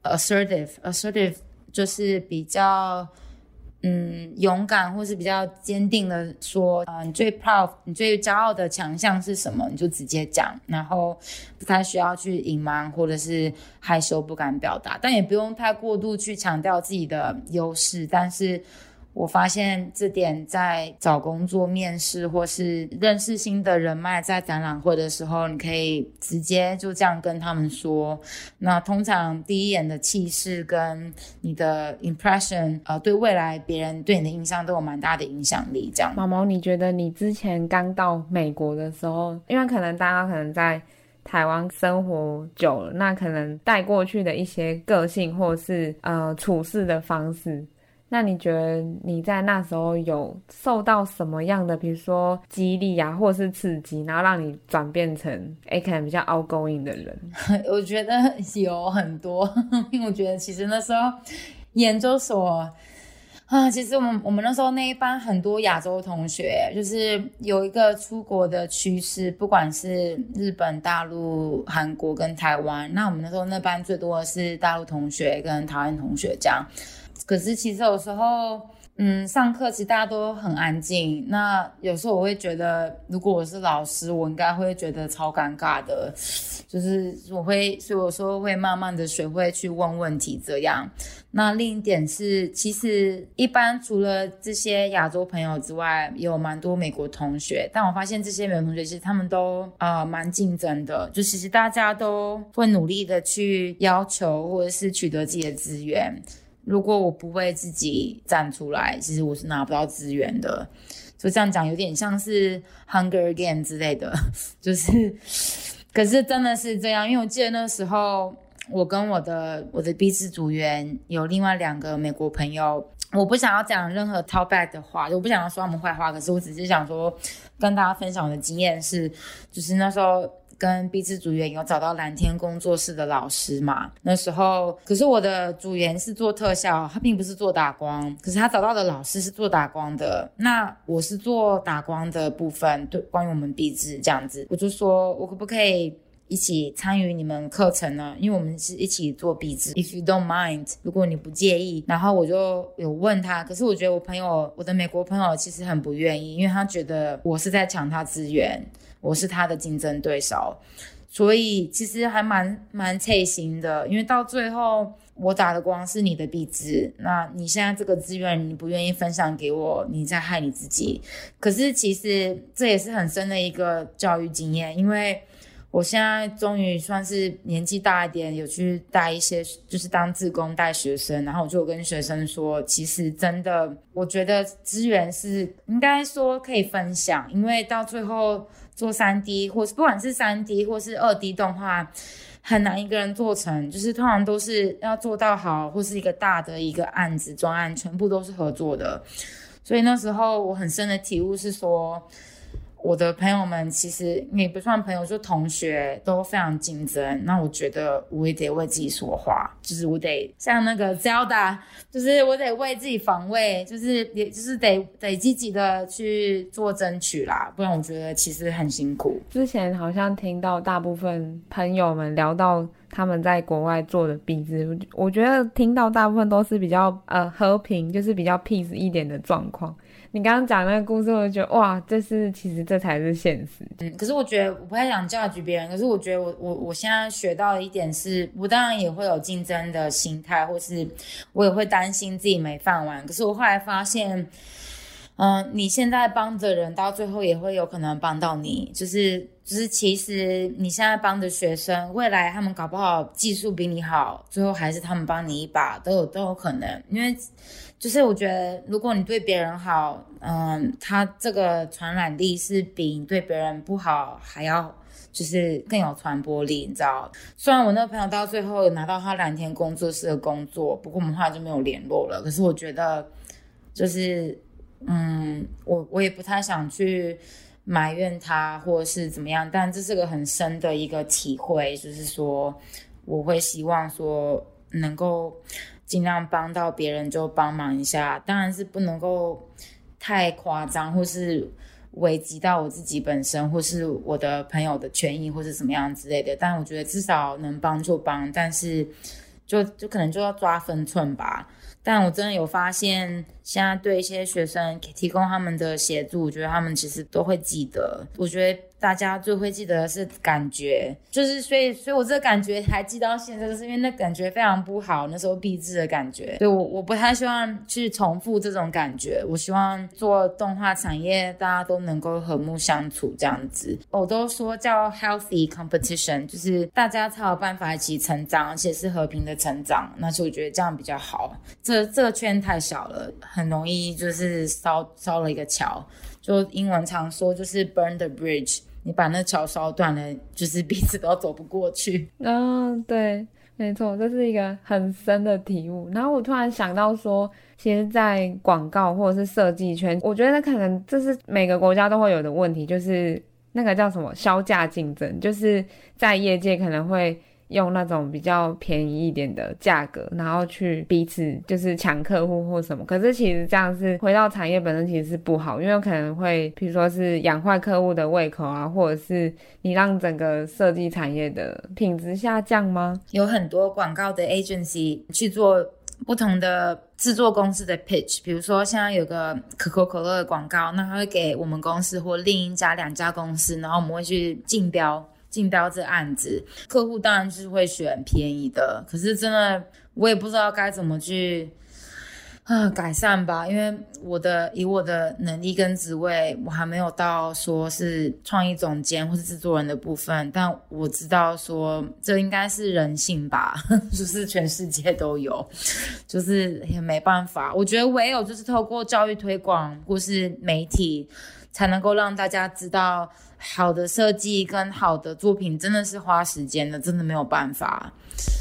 assertive 就是比较勇敢，或是比较坚定的说你最 proud 你最骄傲的强项是什么，你就直接讲，然后不太需要去隐瞒或者是害羞不敢表达，但也不用太过度去强调自己的优势。但是我发现这点在找工作面试或是认识新的人脉，在展览会的时候你可以直接就这样跟他们说，那通常第一眼的气势跟你的 impression 对未来别人对你的印象都有蛮大的影响力。这样毛毛，你觉得你之前刚到美国的时候，因为可能大家可能在台湾生活久了，那可能带过去的一些个性或是处事的方式，那你觉得你在那时候有受到什么样的比如说激励啊或是刺激，然后让你转变成可能比较 outgoing 的人？ 我觉得有很多因为我觉得其实那时候研究所其实我们那时候那一班很多亚洲同学，就是有一个出国的趋势，不管是日本、大陆、韩国跟台湾，那我们那时候那班最多的是大陆同学跟台湾同学这样。可是其实有时候上课其实大家都很安静，那有时候我会觉得如果我是老师我应该会觉得超尴尬的，就是所以我有时候会慢慢的学会去问问题这样。那另一点是其实一般除了这些亚洲朋友之外也有蛮多美国同学，但我发现这些美国同学其实他们都蛮竞争的，就其实大家都会努力的去要求或者是取得自己的资源，如果我不为自己站出来其实我是拿不到资源的。所以这样讲有点像是 Hunger Game 之类的，就是可是真的是这样，因为我记得那时候我跟我的毕制组员有另外2个美国朋友，我不想要讲任何 talk back 的话，我不想要说他们坏话，可是我只是想说跟大家分享我的经验是，就是那时候跟毕制组员有找到蓝天工作室的老师嘛，那时候可是我的组员是做特效，他并不是做打光，可是他找到的老师是做打光的，那我是做打光的部分，对，关于我们毕制这样子，我就说我可不可以一起参与你们课程呢？因为我们是一起做毕制 ，if you don't mind， 如果你不介意。然后我就有问他，可是我觉得我的美国朋友其实很不愿意，因为他觉得我是在抢他资源，我是他的竞争对手，所以其实还蛮刺心的。因为到最后我打的光是你的毕制，那你现在这个资源你不愿意分享给我，你在害你自己。可是其实这也是很深的一个教育经验，因为我现在终于算是年纪大一点，有去带一些就是当志工带学生，然后我就有跟学生说，其实真的我觉得资源是应该说可以分享，因为到最后做 3D 或是不管是 3D 或是 2D 动画很难一个人做成，就是通常都是要做到好或是一个大的一个案子专案全部都是合作的。所以那时候我很深的体悟是说，我的朋友们其实也不算朋友，就同学都非常竞争，那我觉得我也得为自己说话，就是我得像那个 Zelda， 就是我得为自己防卫，就是也就是得积极的去做争取啦，不然我觉得其实很辛苦。 之前好像听到大部分朋友们聊到他们在国外做的毕制，我觉得听到大部分都是比较和平，就是比较 peace 一点的状况。你刚刚讲那个故事，我就觉得哇，其实这才是现实。 可是我觉得我不太想judge别人，可是我觉得我现在学到的一点是，我当然也会有竞争的心态，或是我也会担心自己没饭碗。可是我后来发现，你现在帮着人，到最后也会有可能帮到你。就是其实你现在帮的学生，未来他们搞不好技术比你好，最后还是他们帮你一把，都有可能。因为就是我觉得如果你对别人好，他这个传染力是比你对别人不好还要就是更有传播力，你知道。虽然我那个朋友到最后有拿到他蓝天工作室的工作，不过我们后来就没有联络了。可是我觉得就是我也不太想去埋怨他或者是怎么样，但这是个很深的一个体会，就是说我会希望说能够尽量帮到别人就帮忙一下，当然是不能够太夸张或是危及到我自己本身或是我的朋友的权益或是什么样之类的，但我觉得至少能帮就帮，但是就可能就要抓分寸吧。但我真的有发现，现在对一些学生提供他们的协助，我觉得他们其实都会记得。我觉得大家最会记得的是感觉，就是所以我这个感觉还记到现在，就是因为那感觉非常不好，那时候毕制的感觉。所以我不太希望去重复这种感觉，我希望做动画产业大家都能够和睦相处这样子。我都说叫 healthy competition， 就是大家才有办法一起成长，而且是和平的成长，那所以我觉得这样比较好。这个圈太小了，很容易就是烧了一个桥，就英文常说就是 burn the bridge， 你把那桥烧断了，就是彼此都走不过去。 对，没错，这是一个很深的体悟。然后我突然想到说，其实在广告或者是设计圈，我觉得可能这是每个国家都会有的问题，就是那个叫什么销价竞争，就是在业界可能会用那种比较便宜一点的价格，然后去彼此就是抢客户或什么。可是其实这样是回到产业本身其实是不好，因为有可能会比如说是养坏客户的胃口啊，或者是你让整个设计产业的品质下降吗？ 有很多广告的 agency 去做不同的制作公司的 pitch， 比如说现在有个可口可乐的广告，那他会给我们公司或另一家2家公司，然后我们会去竞标这案子，客户当然是会选便宜的，可是真的我也不知道该怎么去改善吧，因为以我的能力跟职位，我还没有到说是创意总监或是制作人的部分，但我知道说这应该是人性吧，就是全世界都有，就是也没办法，我觉得唯有就是透过教育推广或是媒体，才能够让大家知道好的设计跟好的作品真的是花时间的，真的没有办法。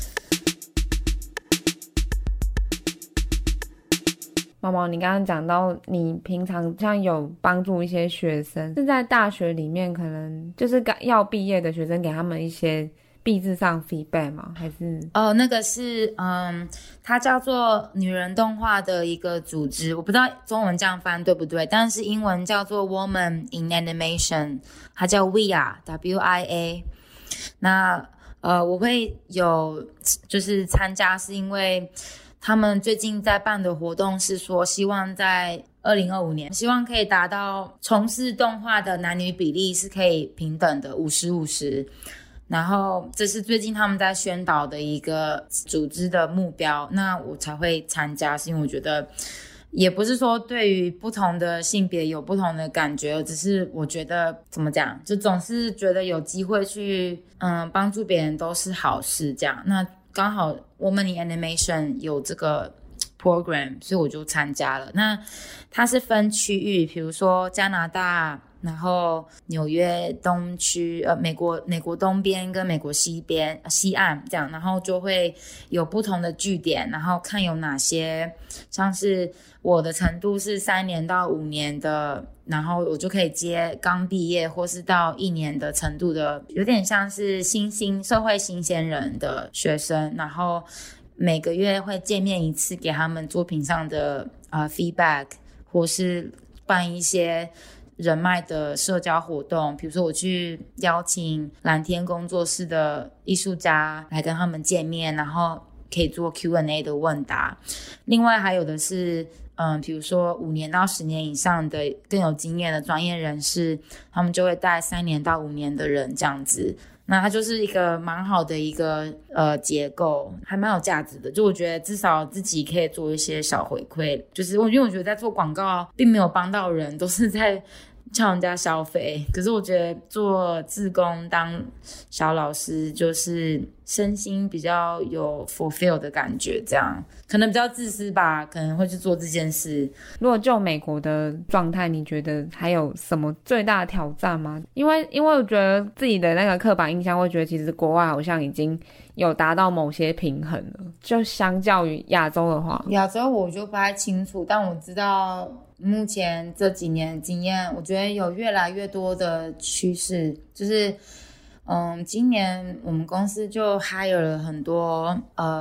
毛毛，你刚刚讲到你平常像有帮助一些学生，是在大学里面可能就是要毕业的学生，给他们一些毕制上 feedback 吗？还是那个是它叫做女人动画的一个组织，我不知道中文这样翻对不对，但是英文叫做 Woman in Animation， 它叫 WIA WIA。 那我会有就是参加，是因为他们最近在办的活动是说，希望在2025年，希望可以达到从事动画的男女比例是可以平等的50-50。然后这是最近他们在宣导的一个组织的目标，那我才会参加，是因为我觉得也不是说对于不同的性别有不同的感觉，只是我觉得怎么讲，就总是觉得有机会去帮助别人都是好事这样。那刚好 Woman in Animation 有这个 program， 所以我就参加了。那它是分区域，比如说加拿大，然后纽约东区，美国东边跟美国西岸这样，然后就会有不同的据点，然后看有哪些，像是我的程度是3年到5年的，然后我就可以接刚毕业或是到1年的程度的，有点像是社会新鲜人的学生，然后每个月会见面一次，给他们作品上的feedback， 或是办一些人脉的社交活动，比如说我去邀请蓝天工作室的艺术家来跟他们见面，然后可以做 Q&A 的问答。另外还有的是比如说5年到10年以上的更有经验的专业人士，他们就会带3年到5年的人这样子。那它就是一个蛮好的一个结构，还蛮有价值的。就我觉得至少自己可以做一些小回馈，就是因为我觉得在做广告并没有帮到人，都是在叫人家消费。可是我觉得做志工当小老师，就是身心比较有 fulfill 的感觉，这样可能比较自私吧，可能会去做这件事。 如果就美国的状态，你觉得还有什么最大的挑战吗？因为我觉得自己的那个刻板印象会觉得其实国外好像已经有达到某些平衡了，就相较于亚洲的话。 亚洲我就不太清楚，但我知道目前这几年的经验，我觉得有越来越多的趋势，就是今年我们公司就 hire 了很多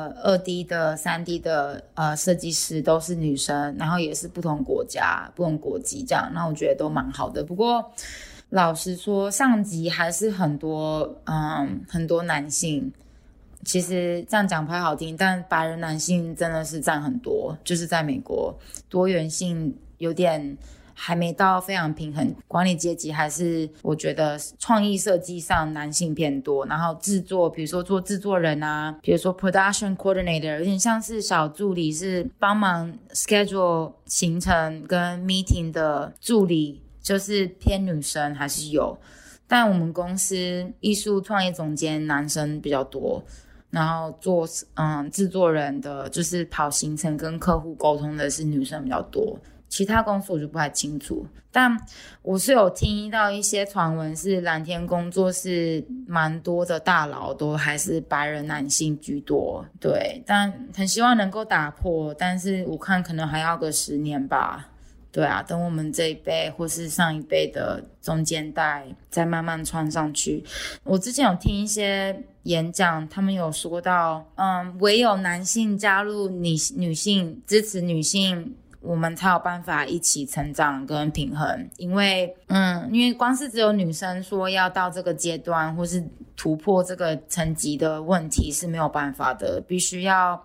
2D 的 3D 的设计师，都是女生，然后也是不同国家不同国籍这样，那我觉得都蛮好的。不过老实说，上级还是很多男性，其实这样讲不太好听，但白人男性真的是占很多，就是在美国多元性有点还没到非常平衡，管理阶级还是我觉得创意设计上男性偏多，然后制作比如说做制作人啊，比如说 production coordinator 有点像是小助理，是帮忙 schedule 行程跟 meeting 的助理，就是偏女生还是有，但我们公司艺术创意总监男生比较多，然后做制作人的就是跑行程跟客户沟通的是女生比较多，其他公司我就不太清楚。但我是有听到一些传闻，是蓝天工作室蛮多的大佬都还是白人男性居多，对，但很希望能够打破，但是我看可能还要个10年吧。对啊，等我们这一辈或是上一辈的中间代再慢慢穿上去。我之前有听一些演讲，他们有说到唯有男性加入女性，支持女性，我们才有办法一起成长跟平衡。因为光是只有女生说要到这个阶段或是突破这个层级的问题是没有办法的，必须要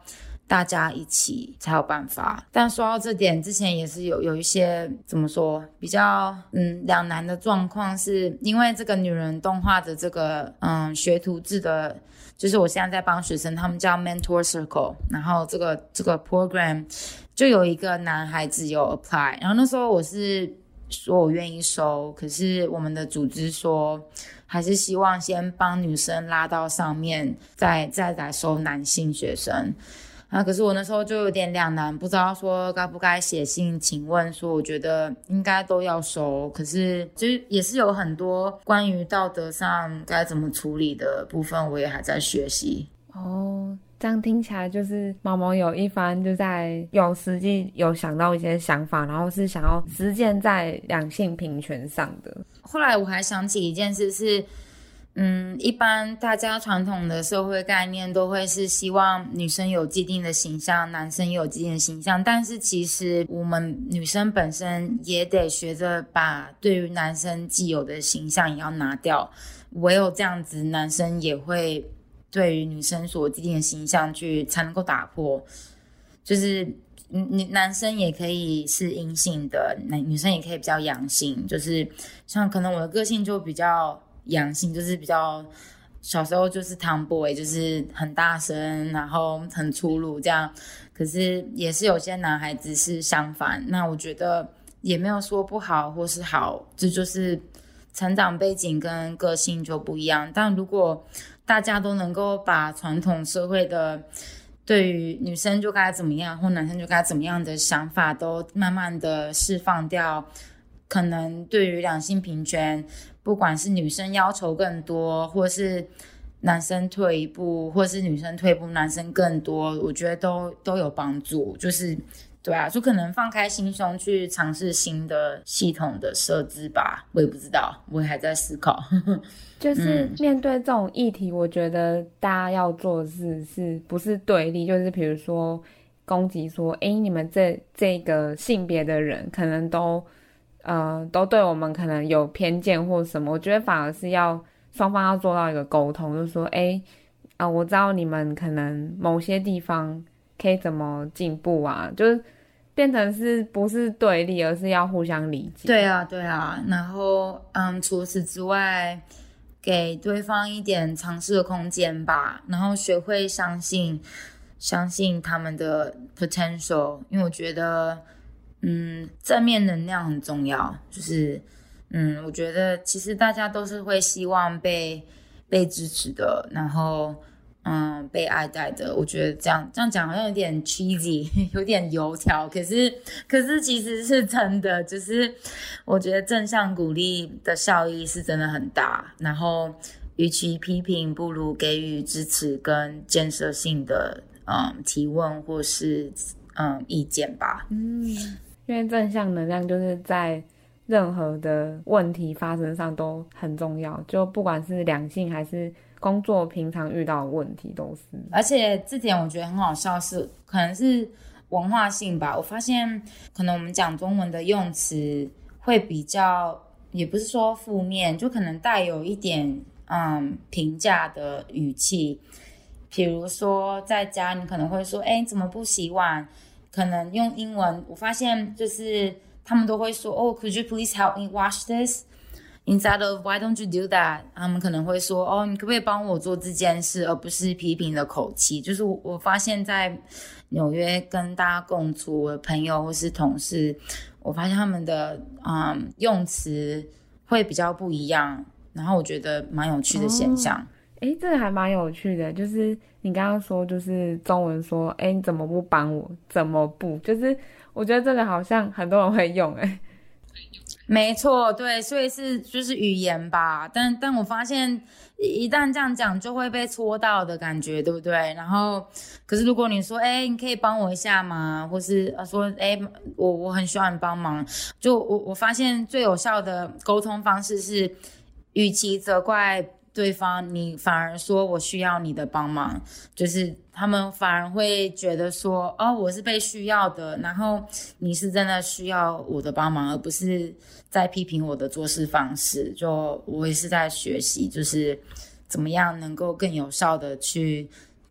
大家一起才有办法。但说到这点，之前也是有一些怎么说比较两难的状况，是因为这个女人动画的这个学徒制的，就是我现在在帮学生，他们叫 Mentor Circle， 然后这个 program 就有一个男孩子有 apply， 然后那时候我是说我愿意收，可是我们的组织说还是希望先帮女生拉到上面，再来收男性学生。可是我那时候就有点两难，不知道说该不该写信请问说，我觉得应该都要收，可是就是也是有很多关于道德上该怎么处理的部分，我也还在学习。 这样听起来就是毛毛有一番就在实际有想到一些想法，然后是想要实践在两性平权上的。 后来我还想起一件事是一般大家传统的社会概念都会是希望女生有既定的形象，男生也有既定的形象，但是其实我们女生本身也得学着把对于男生既有的形象也要拿掉，唯有这样子男生也会对于女生所既定的形象才能够打破，就是男生也可以是阴性的，女生也可以比较阳性，就是像可能我的个性就比较阳性，就是比较小时候就是 tomboy， 就是很大声，然后很粗鲁这样。可是也是有些男孩子是相反，那我觉得也没有说不好或是好，这就是成长背景跟个性就不一样。但如果大家都能够把传统社会的对于女生就该怎么样或男生就该怎么样的想法都慢慢的释放掉，可能对于两性平权，不管是女生要求更多，或是男生退一步，或是女生退一步男生更多，我觉得都有帮助。就是对啊，就可能放开心胸去尝试新的系统的设置吧，我也不知道，我也还在思考。 就是面对这种议题，我觉得大家要做的事是不是对立，就是比如说攻击说你们这个性别的人可能都对我们可能有偏见或什么，我觉得反而是双方要做到一个沟通，就是说我知道你们可能某些地方可以怎么进步啊，就是变成是不是对立，而是要互相理解。 对啊，然后除此之外，给对方一点尝试的空间吧，然后学会相信他们的 potential， 因为我觉得正面能量很重要，就是我觉得其实大家都是会希望被支持的，然后被爱戴的。我觉得这样讲好像有点 cheesy， 有点油条，可是其实是真的，就是我觉得正向鼓励的效益是真的很大，然后与其批评，不如给予支持跟建设性的提问或是意见吧。 因为正向能量就是在任何的问题发生上都很重要，就不管是两性还是工作平常遇到的问题都是。 而且这点我觉得很好笑，是可能是文化性吧，我发现可能我们讲中文的用词会比较，也不是说负面，就可能带有一点评价的语气。比如说在家你可能会说你怎么不洗碗，可能用英文我发现就是他们都会说could you please help me wash this instead of why don't you do that， 他们可能会说你可不可以帮我做这件事，而不是批评的口气。就是我发现在纽约跟大家共处，我的朋友或是同事，我发现他们的用词会比较不一样，然后我觉得蛮有趣的现象。 这个还蛮有趣的，就是你刚刚说就是中文说你怎么不帮我，怎么不，就是我觉得这个好像很多人会用没错，对，所以就是语言吧，但我发现一旦这样讲就会被戳到的感觉，对不对？然后可是如果你说你可以帮我一下吗，或是说我很需要你帮忙，就我发现最有效的沟通方式是与其责怪对方，你反而说我需要你的帮忙，就是他们反而会觉得说我是被需要的，然后你是真的需要我的帮忙，而不是在批评我的做事方式。就我也是在学习，就是怎么样能够更有效的去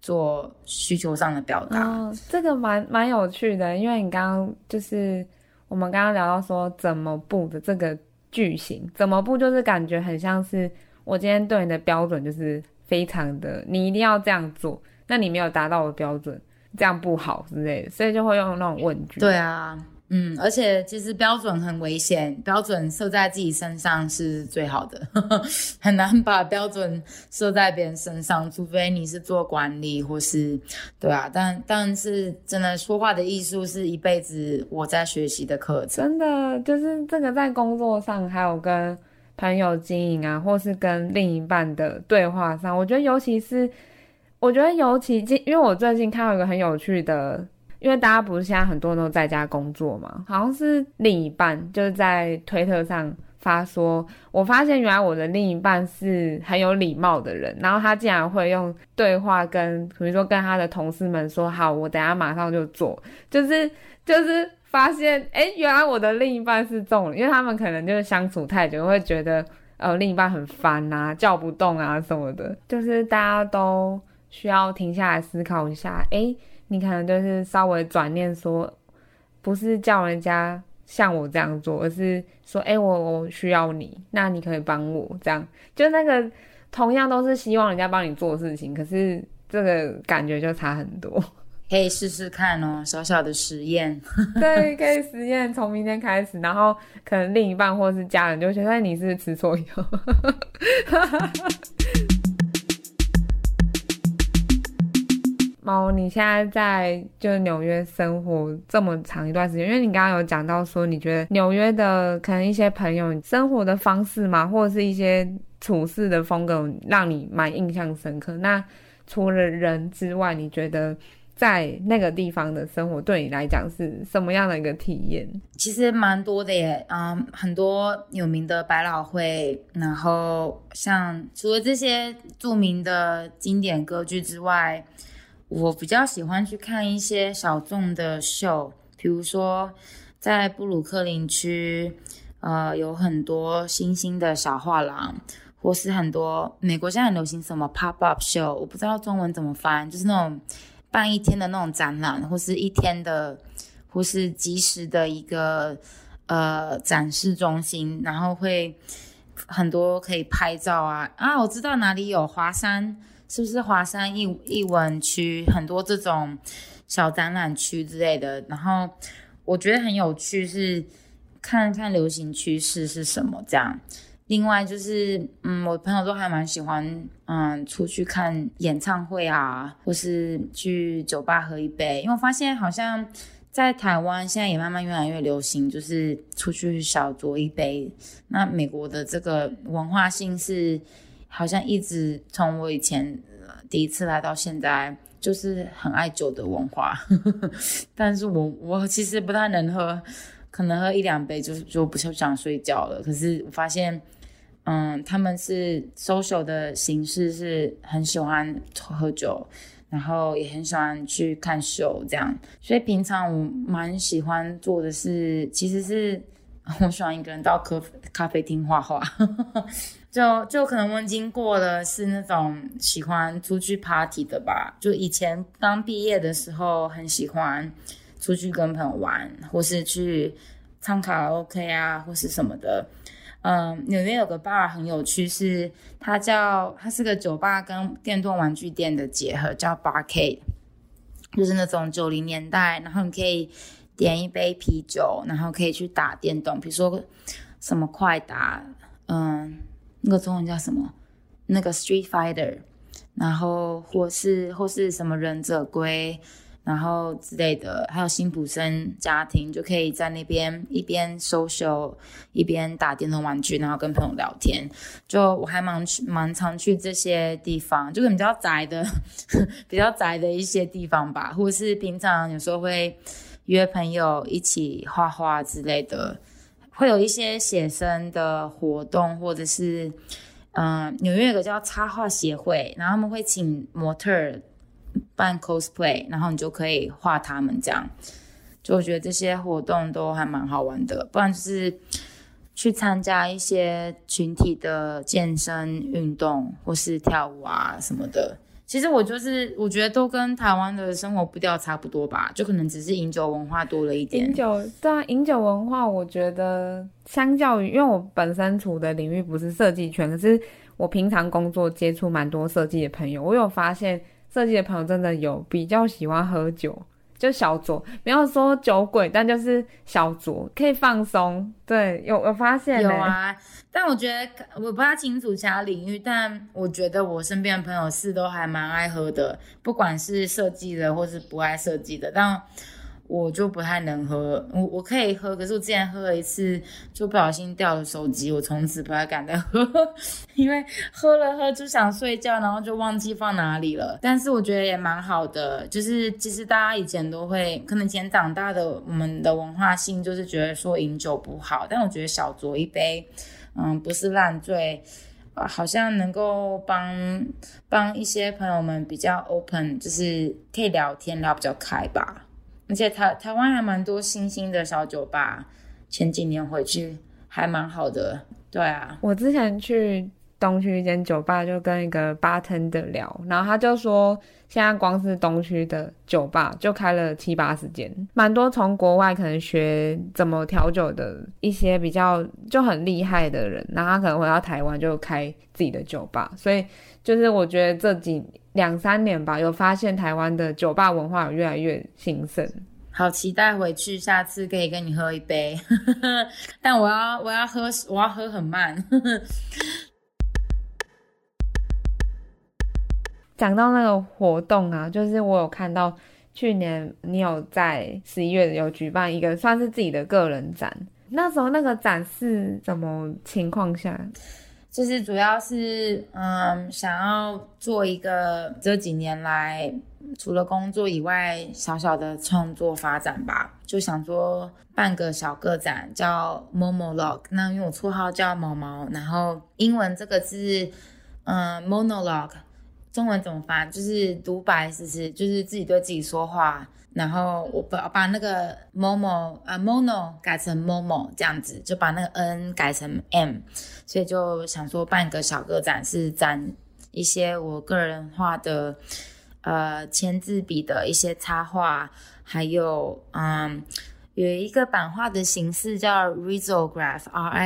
做需求上的表达。 这个蛮有趣的，因为你刚刚就是我们刚刚聊到说怎么不的这个句型，怎么不就是感觉很像是我今天对你的标准就是非常的，你一定要这样做，那你没有达到我的标准，这样不好之类的，所以就会用那种问句。 对啊，而且其实标准很危险，标准设在自己身上是最好的很难把标准设在别人身上，除非你是做管理或是对啊，但是真的说话的艺术是一辈子我在学习的课程。 真的就是这个在工作上还有跟朋友经营啊，或是跟另一半的对话上，我觉得尤其因为我最近看到一个很有趣的，因为大家不是现在很多人都在家工作嘛，好像是另一半就是在推特上发说，我发现原来我的另一半是很有礼貌的人，然后他竟然会用对话跟比如说跟他的同事们说，好，我等一下马上就做，就是发现原来我的另一半是这种人，因为他们可能就是相处太久会觉得另一半很烦啊，叫不动啊什么的，就是大家都需要停下来思考一下，你可能就是稍微转念说，不是叫人家像我这样做，而是说我需要你，那你可以帮我，这样就那个同样都是希望人家帮你做事情，可是这个感觉就差很多。 可以试试看哦，小小的实验对，可以实验，从明天开始，然后可能另一半或是家人就会觉得你是不是吃错药猫，你现在在就纽约生活这么长一段时间，因为你刚刚有讲到说你觉得纽约的可能一些朋友生活的方式嘛，或者是一些处事的风格让你蛮印象深刻，那除了人之外，你觉得在那个地方的生活对你来讲是什么样的一个体验？ 其实蛮多的耶，很多有名的百老汇，然后像除了这些著名的经典歌剧之外，我比较喜欢去看一些小众的秀，比如说在布鲁克林区，有很多新兴的小画廊，或是很多美国现在很流行什么 pop-up show， 我不知道中文怎么翻，就是那种办一天的那种展览，或是一天的，或是即时的一个展示中心，然后会很多可以拍照啊，我知道哪里有华山。是不是华山艺文区很多这种小展览区之类的，然后我觉得很有趣，是看看流行趋势是什么这样。另外就是我朋友都还蛮喜欢出去看演唱会啊，或是去酒吧喝一杯，因为我发现好像在台湾现在也慢慢越来越流行，就是出去小酌一杯。那美国的这个文化性是好像一直从我以前第一次来到现在，就是很爱酒的文化但是我其实不太能喝，可能喝一两杯就不想睡觉了。可是我发现他们是 social 的形式是很喜欢喝酒，然后也很喜欢去看秀这样。所以平常我蛮喜欢做的是，其实是我喜欢一个人到咖啡厅画画就可能我已经过了是那种喜欢出去 party 的吧，就以前刚毕业的时候很喜欢出去跟朋友玩，或是去唱卡拉 OK 啊，或是什么的。纽约有个 bar 很有趣，是它是个酒吧跟电动玩具店的结合，叫 Barcade， 就是那种90年代，然后你可以点一杯啤酒，然后可以去打电动，比如说什么快打，那个中文叫什么？那个 Street Fighter， 然后或是什么忍者龟，然后之类的，还有辛普森家庭，就可以在那边一边 social 一边打电动玩具，然后跟朋友聊天。就我还蛮常去这些地方，就是比较宅的比较宅的一些地方吧，或是平常有时候会约朋友一起画画之类的。会有一些写生的活动，或者是纽约有个叫插画协会，然后他们会请模特办 cosplay， 然后你就可以画他们这样。就我觉得这些活动都还蛮好玩的，不然就是去参加一些群体的健身运动或是跳舞啊什么的， 其实我觉得都跟台湾的生活步调差不多吧，就可能只是饮酒文化多了一点。 对啊，饮酒文化我觉得相较于，因为我本身处的领域不是设计圈，可是我平常工作接触蛮多设计的朋友，我有发现设计的朋友真的有比较喜欢喝酒，就小酌，没有说酒鬼，但就是小酌可以放松。对，有发现有啊，但我觉得我不太清楚其他领域，但我觉得我身边的朋友是都还蛮爱喝的，不管是设计的或是不爱设计的，但我就不太能喝。我可以喝，可是我之前喝了一次就不小心掉了手机，我从此不太敢再喝，因为喝就想睡觉，然后就忘记放哪里了。但是我觉得也蛮好的，就是其实大家以前都会，可能以前长大的我们的文化性就是觉得说饮酒不好，但我觉得小酌一杯不是烂醉，好像能够帮一些朋友们比较 open， 就是可以聊天聊比较开吧。而且台湾还蛮多新兴的小酒吧，前几年回去还蛮好的。对啊， 我之前去东区一间酒吧，就跟一个 bartender 聊，然后他就说现在光是东区的酒吧就开了70-80间，蛮多从国外可能学怎么调酒的一些比较就很厉害的人，然后他可能回到台湾就开自己的酒吧。所以就是我觉得这2-3年吧，有发现台湾的酒吧文化有越来越兴盛。 好期待回去，下次可以跟你喝一杯。但我要喝很慢。 讲到那个活动啊，就是我有看到去年你有在11月有举办一个算是自己的个人展，那时候那个展是什么情况下？ 就是主要是想要做一个这几年来除了工作以外小小的创作发展吧，就想说办个小个展叫 Monologue。 那因为我绰号叫毛毛，然后英文这个字Monologue， 中文怎么翻就是独白，就是自己对自己说话，然后我把那个 mono 改成 momo 这样子，就把那个 n 改成 m， 所以就想说办个小个展，是展一些我个人画的签字笔的一些插画，还有有一个版画的形式叫 Risograph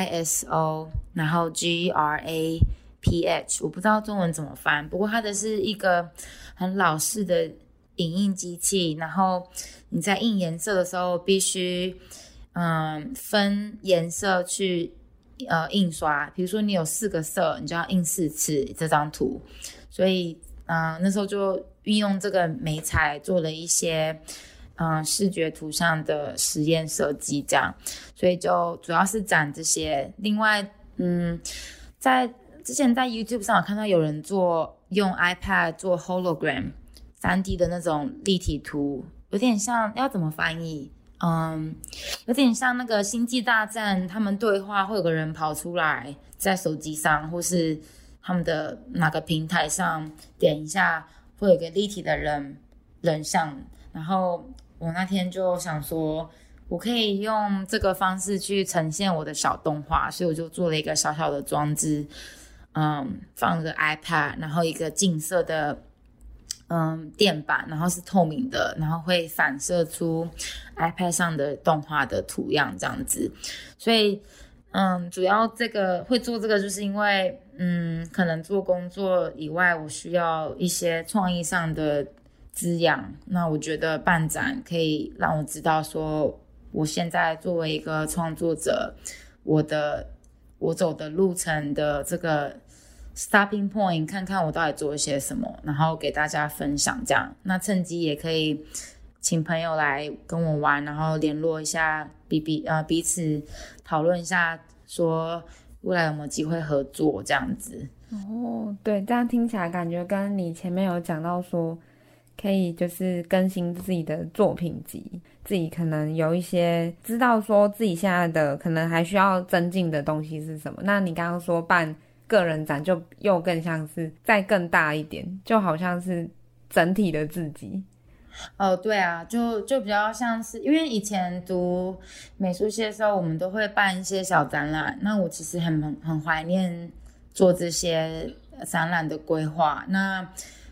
RISO， 然后 GRAPH， 我不知道中文怎么翻，不过它的是一个很老式的影印机器，然后你在印颜色的时候必须分颜色去印刷，比如说你有4个色，你就要印4次这张图，所以那时候就运用这个媒材做了一些视觉图像的实验设计这样，所以就主要是展这些。另外在之前在 YouTube 上有看到有人用 iPad 做 hologram 3D 的那种立体图，有点像，要怎么翻译？有点像那个星际大战，他们对话会有个人跑出来，在手机上或是他们的哪个平台上点一下，会有一个立体的人像。然后我那天就想说，我可以用这个方式去呈现我的小动画，所以我就做了一个小小的装置，放个 iPad， 然后一个近色的垫板，然后是透明的，然后会反射出 iPad 上的动画的图样这样子。所以主要会做这个就是因为可能做工作以外我需要一些创意上的滋养，那我觉得办展可以让我知道说我现在作为一个创作者，我走的路程的这个 stopping point， 看看我到底做了些什么，然后给大家分享这样。那趁机也可以请朋友来跟我玩，然后联络一下彼此讨论一下说未来有没有机会合作这样子。 对，这样听起来感觉跟你前面有讲到说可以就是更新自己的作品集，自己可能有一些知道说自己现在的可能还需要增进的东西是什么。那你刚刚说办个人展就又更像是再更大一点，就好像是整体的自己。 对啊，就比较像是，因为以前读美术系的时候我们都会办一些小展览，那我其实很怀念做这些展览的规划。那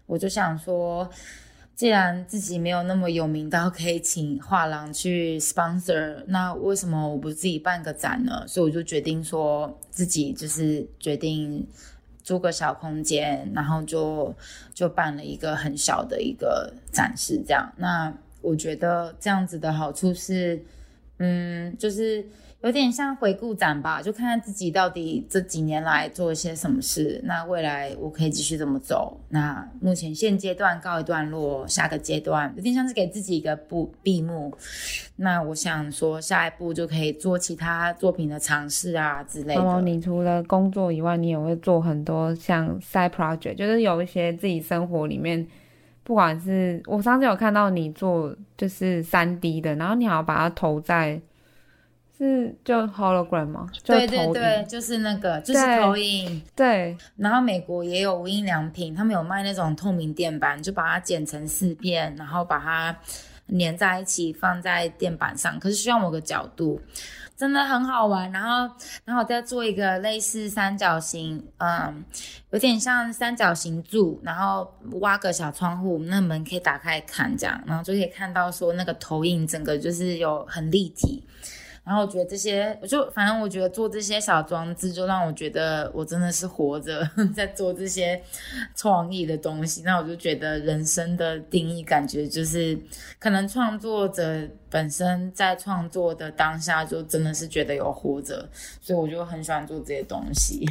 我就想说，既然自己没有那么有名到可以请画廊去 sponsor， 那为什么我不自己办个展呢？所以我就决定说自己就是决定租个小空间，然后就办了一个很小的一个展示这样。那我觉得这样子的好处是就是有点像回顾展吧，就看看自己到底这几年来做了些什么事，那未来我可以继续怎么走。那目前现阶段告一段落，下个阶段有点像是给自己一个闭幕。那我想说下一步就可以做其他作品的尝试啊之类的。 你除了工作以外，你也会做很多像 side project， 就是有一些自己生活里面，不管是我上次有看到你做就是 3D 的，然后你好像把它投在就 hologram 吗？ 对对对，就是那个就是投影。 对， 然后美国也有无印良品，他们有卖那种透明垫板，就把它剪成4片，然后把它粘在一起放在垫板上，可是需要某个角度，真的很好玩。然后再做一个类似三角形，有点像三角形柱，然后挖个小窗户，那门可以打开看这样，然后就可以看到说那个投影整个就是有很立体。然后我觉得这些，反正我觉得做这些小装置，就让我觉得我真的是活着在做这些创意的东西。那我就觉得人生的定义感觉就是，可能创作者本身在创作的当下，就真的是觉得有活着，所以我就很喜欢做这些东西。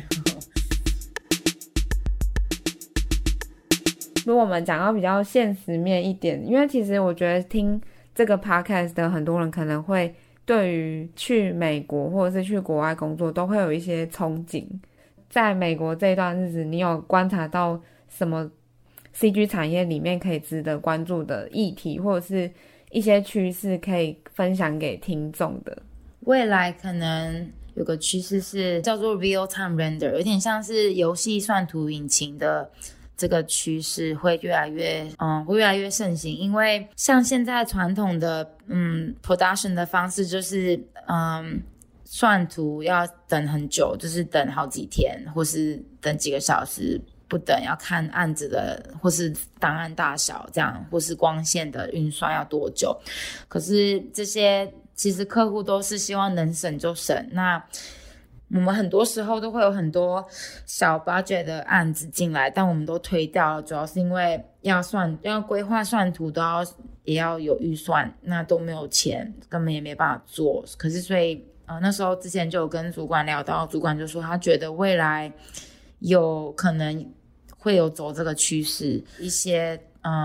如果我们讲到比较现实面一点，因为其实我觉得听这个 podcast 的很多人可能会对于去美国或者是去国外工作都会有一些憧憬。在美国这段日子，你有观察到什么 CG 产业里面可以值得关注的议题，或者是一些趋势可以分享给听众的？ 未来可能有个趋势是叫做 real time render， 有点像是游戏算图引擎的这个趋势会越来越盛行。因为像现在传统的production 的方式就是算图要等很久，就是等好几天或是等几个小时不等，要看案子的或是档案大小这样，或是光线的运算要多久。可是这些其实客户都是希望能省就省，那我们很多时候都会有很多小 budget 的案子进来，但我们都推掉了，主要是因为要规划算图也要有预算，那都没有钱，根本也没办法做。可是所以那时候之前就有跟主管聊到，主管就说他觉得未来有可能会有走这个趋势，一些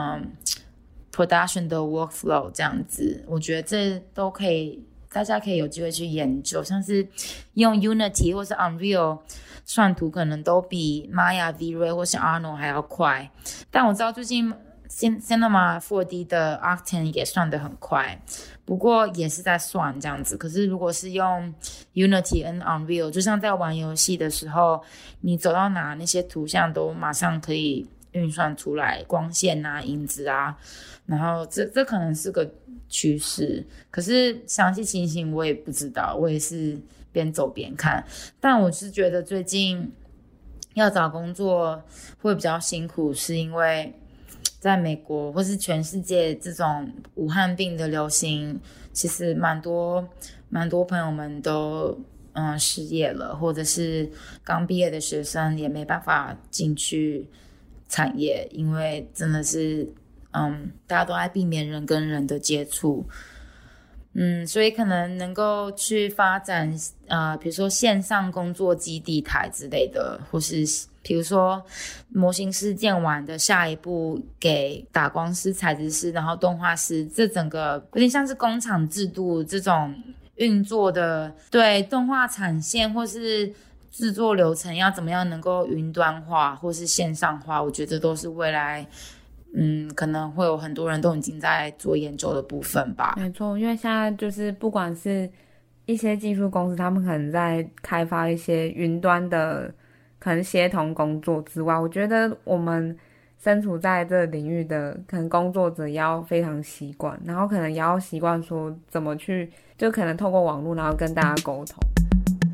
production 的 workflow 这样子，我觉得这都可以，大家可以有机会去研究，像是用 Unity 或是 Unreal 算图可能都比 Maya V-Ray 或是 Arnold 还要快。但我知道最近 Cinema 4D 的 Octane 也算得很快，不过也是在算这样子。可是如果是用 Unity 跟 Unreal， 就像在玩游戏的时候，你走到哪那些图像都马上可以运算出来，光线啊影子啊，然后这可能是个趋势，可是详细情形我也不知道，我也是边走边看。但我是觉得最近要找工作会比较辛苦，是因为在美国或是全世界这种武汉病的流行，其实蛮多朋友们都失业了，或者是刚毕业的学生也没办法进去产业，因为真的是大家都在避免人跟人的接触，所以可能能够去发展比如说线上工作基地台之类的，或是比如说模型师建完的下一步给打光师、材质师，然后动画师，这整个有点像是工厂制度这种运作的，对，动画产线或是制作流程要怎么样能够云端化或是线上化，我觉得都是未来可能会有很多人都已经在做研究的部分吧。 没错，因为现在就是不管是一些技术公司，他们可能在开发一些云端的可能协同工作之外，我觉得我们身处在这个领域的可能工作者也要非常习惯，然后可能也要习惯说怎么去就可能透过网络然后跟大家沟通。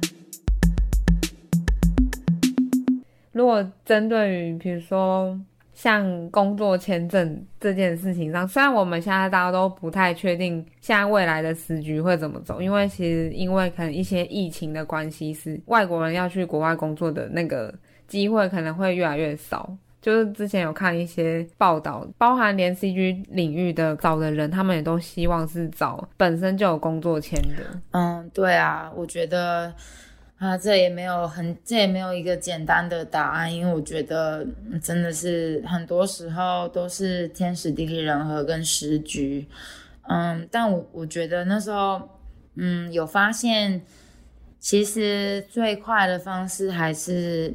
如果针对于比如说像工作签证这件事情上，虽然我们现在大家都不太确定现在未来的时局会怎么走，因为可能一些疫情的关系，是外国人要去国外工作的那个机会可能会越来越少。就是之前有看一些报道，包含连 CG 领域的找的人，他们也都希望是找本身就有工作签的。 对啊，我觉得这也没有一个简单的答案，因为我觉得真的是很多时候都是天时地利人和跟时局。但我觉得那时候有发现，其实最快的方式还是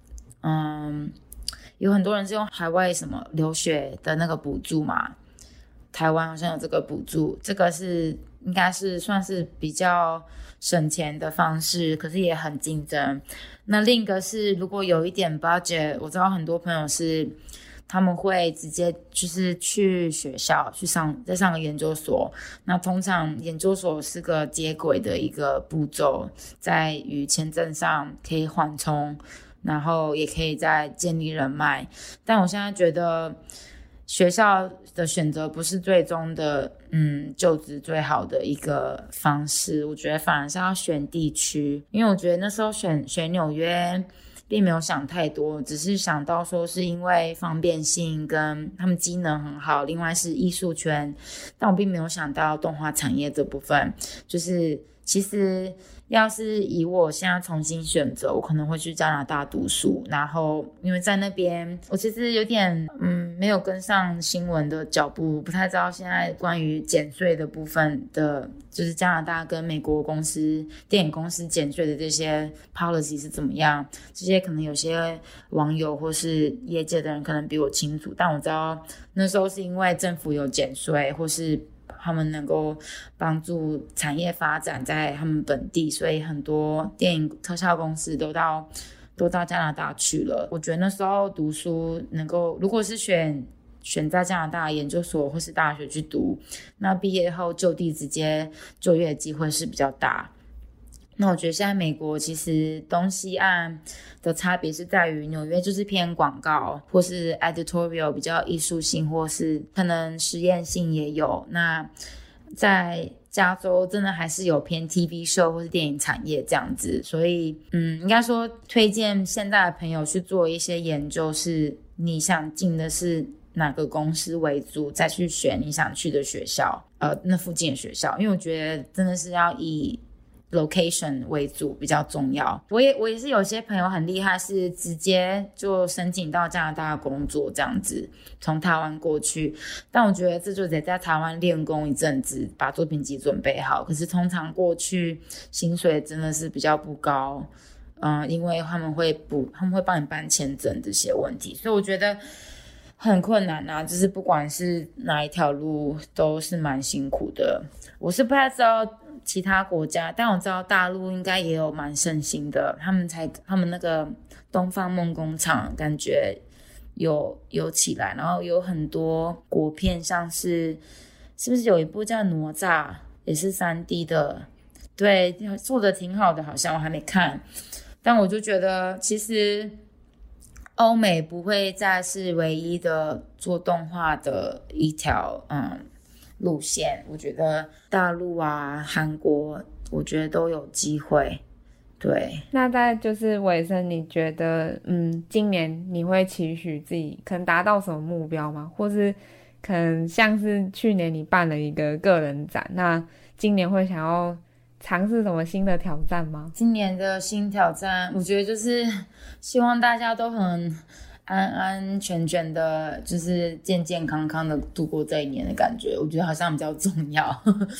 有很多人是用海外什么留学的那个补助嘛，台湾好像有这个补助，这个应该是算是比较省钱的方式，可是也很竞争。那另一个是如果有一点 budget， 我知道很多朋友是他们会直接就是去学校再上个研究所，那通常研究所是个接轨的一个步骤，在于签证上可以缓冲，然后也可以再建立人脉。但我现在觉得学校的选择不是最终的就职最好的一个方式，我觉得反而是要选地区。因为我觉得那时候选纽约并没有想太多，只是想到说是因为方便性跟他们机能很好，另外是艺术圈，但我并没有想到动画产业这部分。就是其实要是以我现在重新选择，我可能会去加拿大读书，然后因为在那边我其实有点没有跟上新闻的脚步，不太知道现在关于减税的部分的，就是加拿大跟美国电影公司减税的这些 policy 是怎么样，这些可能有些网友或是业界的人可能比我清楚，但我知道那时候是因为政府有减税，或是他们能够帮助产业发展在他们本地，所以很多电影特效公司都到加拿大去了。我觉得那时候读书如果是选在加拿大研究所或是大学去读，那毕业后就地直接就业的机会是比较大。那我觉得现在美国其实东西岸的差别是在于，纽约就是偏广告或是 editorial 比较艺术性，或是可能实验性也有。那在加州真的还是有偏 TV show 或是电影产业这样子，所以应该说推荐现在的朋友去做一些研究，是你想进的是哪个公司为主，再去选你想去的学校，那附近的学校。因为我觉得真的是要以location 为主比较重要。我也是有些朋友很厉害，是直接就申请到加拿大工作这样子，从台湾过去。但我觉得这就得在台湾练功一阵子，把作品集准备好。可是通常过去薪水真的是比较不高，因为他们会帮你办签证这些问题，所以我觉得很困难啊，就是不管是哪一条路都是蛮辛苦的。我是不太知道其他国家，但我知道大陆应该也有蛮盛行的，他们那个东方梦工厂感觉有起来，然后有很多国片，像是不是有一部叫哪吒，也是 3D 的，对，做的挺好的，好像我还没看。但我就觉得其实欧美不会再是唯一的做动画的一条路线，我觉得大陆啊韩国我觉得都有机会。对， 那在就是尾声，你觉得今年你会期许自己可能达到什么目标吗？或是可能像是去年你办了一个个人展，那今年会想要尝试什么新的挑战吗？ 今年的新挑战我觉得就是希望大家都很安安全全的，就是健健康康的度过这一年的感觉，我觉得好像比较重要。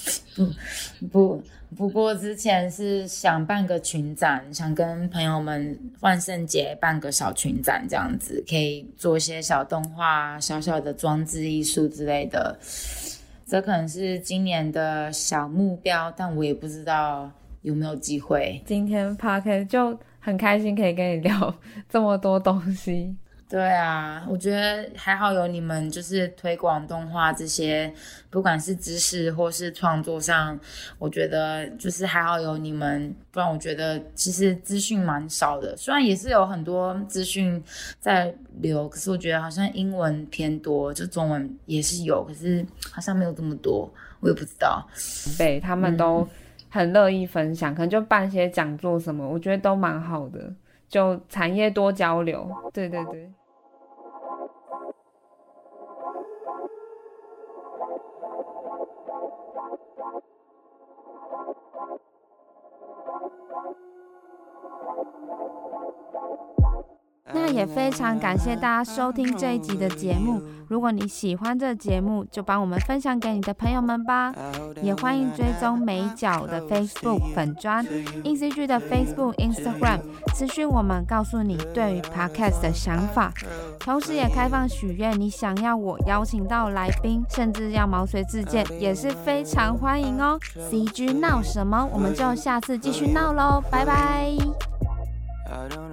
不过之前是想办个群展，想跟朋友们万圣节办个小群展，这样子可以做一些小动画、小小的装置艺术之类的。这可能是今年的小目标，但我也不知道有没有机会。 今天 Podcast 就很开心可以跟你聊这么多东西。 对啊，我觉得还好有你们，就是推广动画这些，不管是知识或是创作上，我觉得就是还好有你们，不然我觉得其实资讯蛮少的。虽然也是有很多资讯在流，可是我觉得好像英文偏多，就中文也是有，可是好像没有这么多，我也不知道。 对，他们都很乐意分享，可能就办些讲座什么，我觉得都蛮好的，就产业多交流。对对对。 那也非常感谢大家收听这一集的节目。如果你喜欢这节目，就帮我们分享给你的朋友们吧。也欢迎追踪美角的 Facebook 粉专 ECG 的 Facebook、Instagram， 私讯我们，告诉你对于 Podcast 的想法。同时也开放许愿，你想要我邀请到来宾，甚至要毛遂自荐，也是非常欢迎哦。CG 闹什么？我们就下次继续闹咯，拜拜。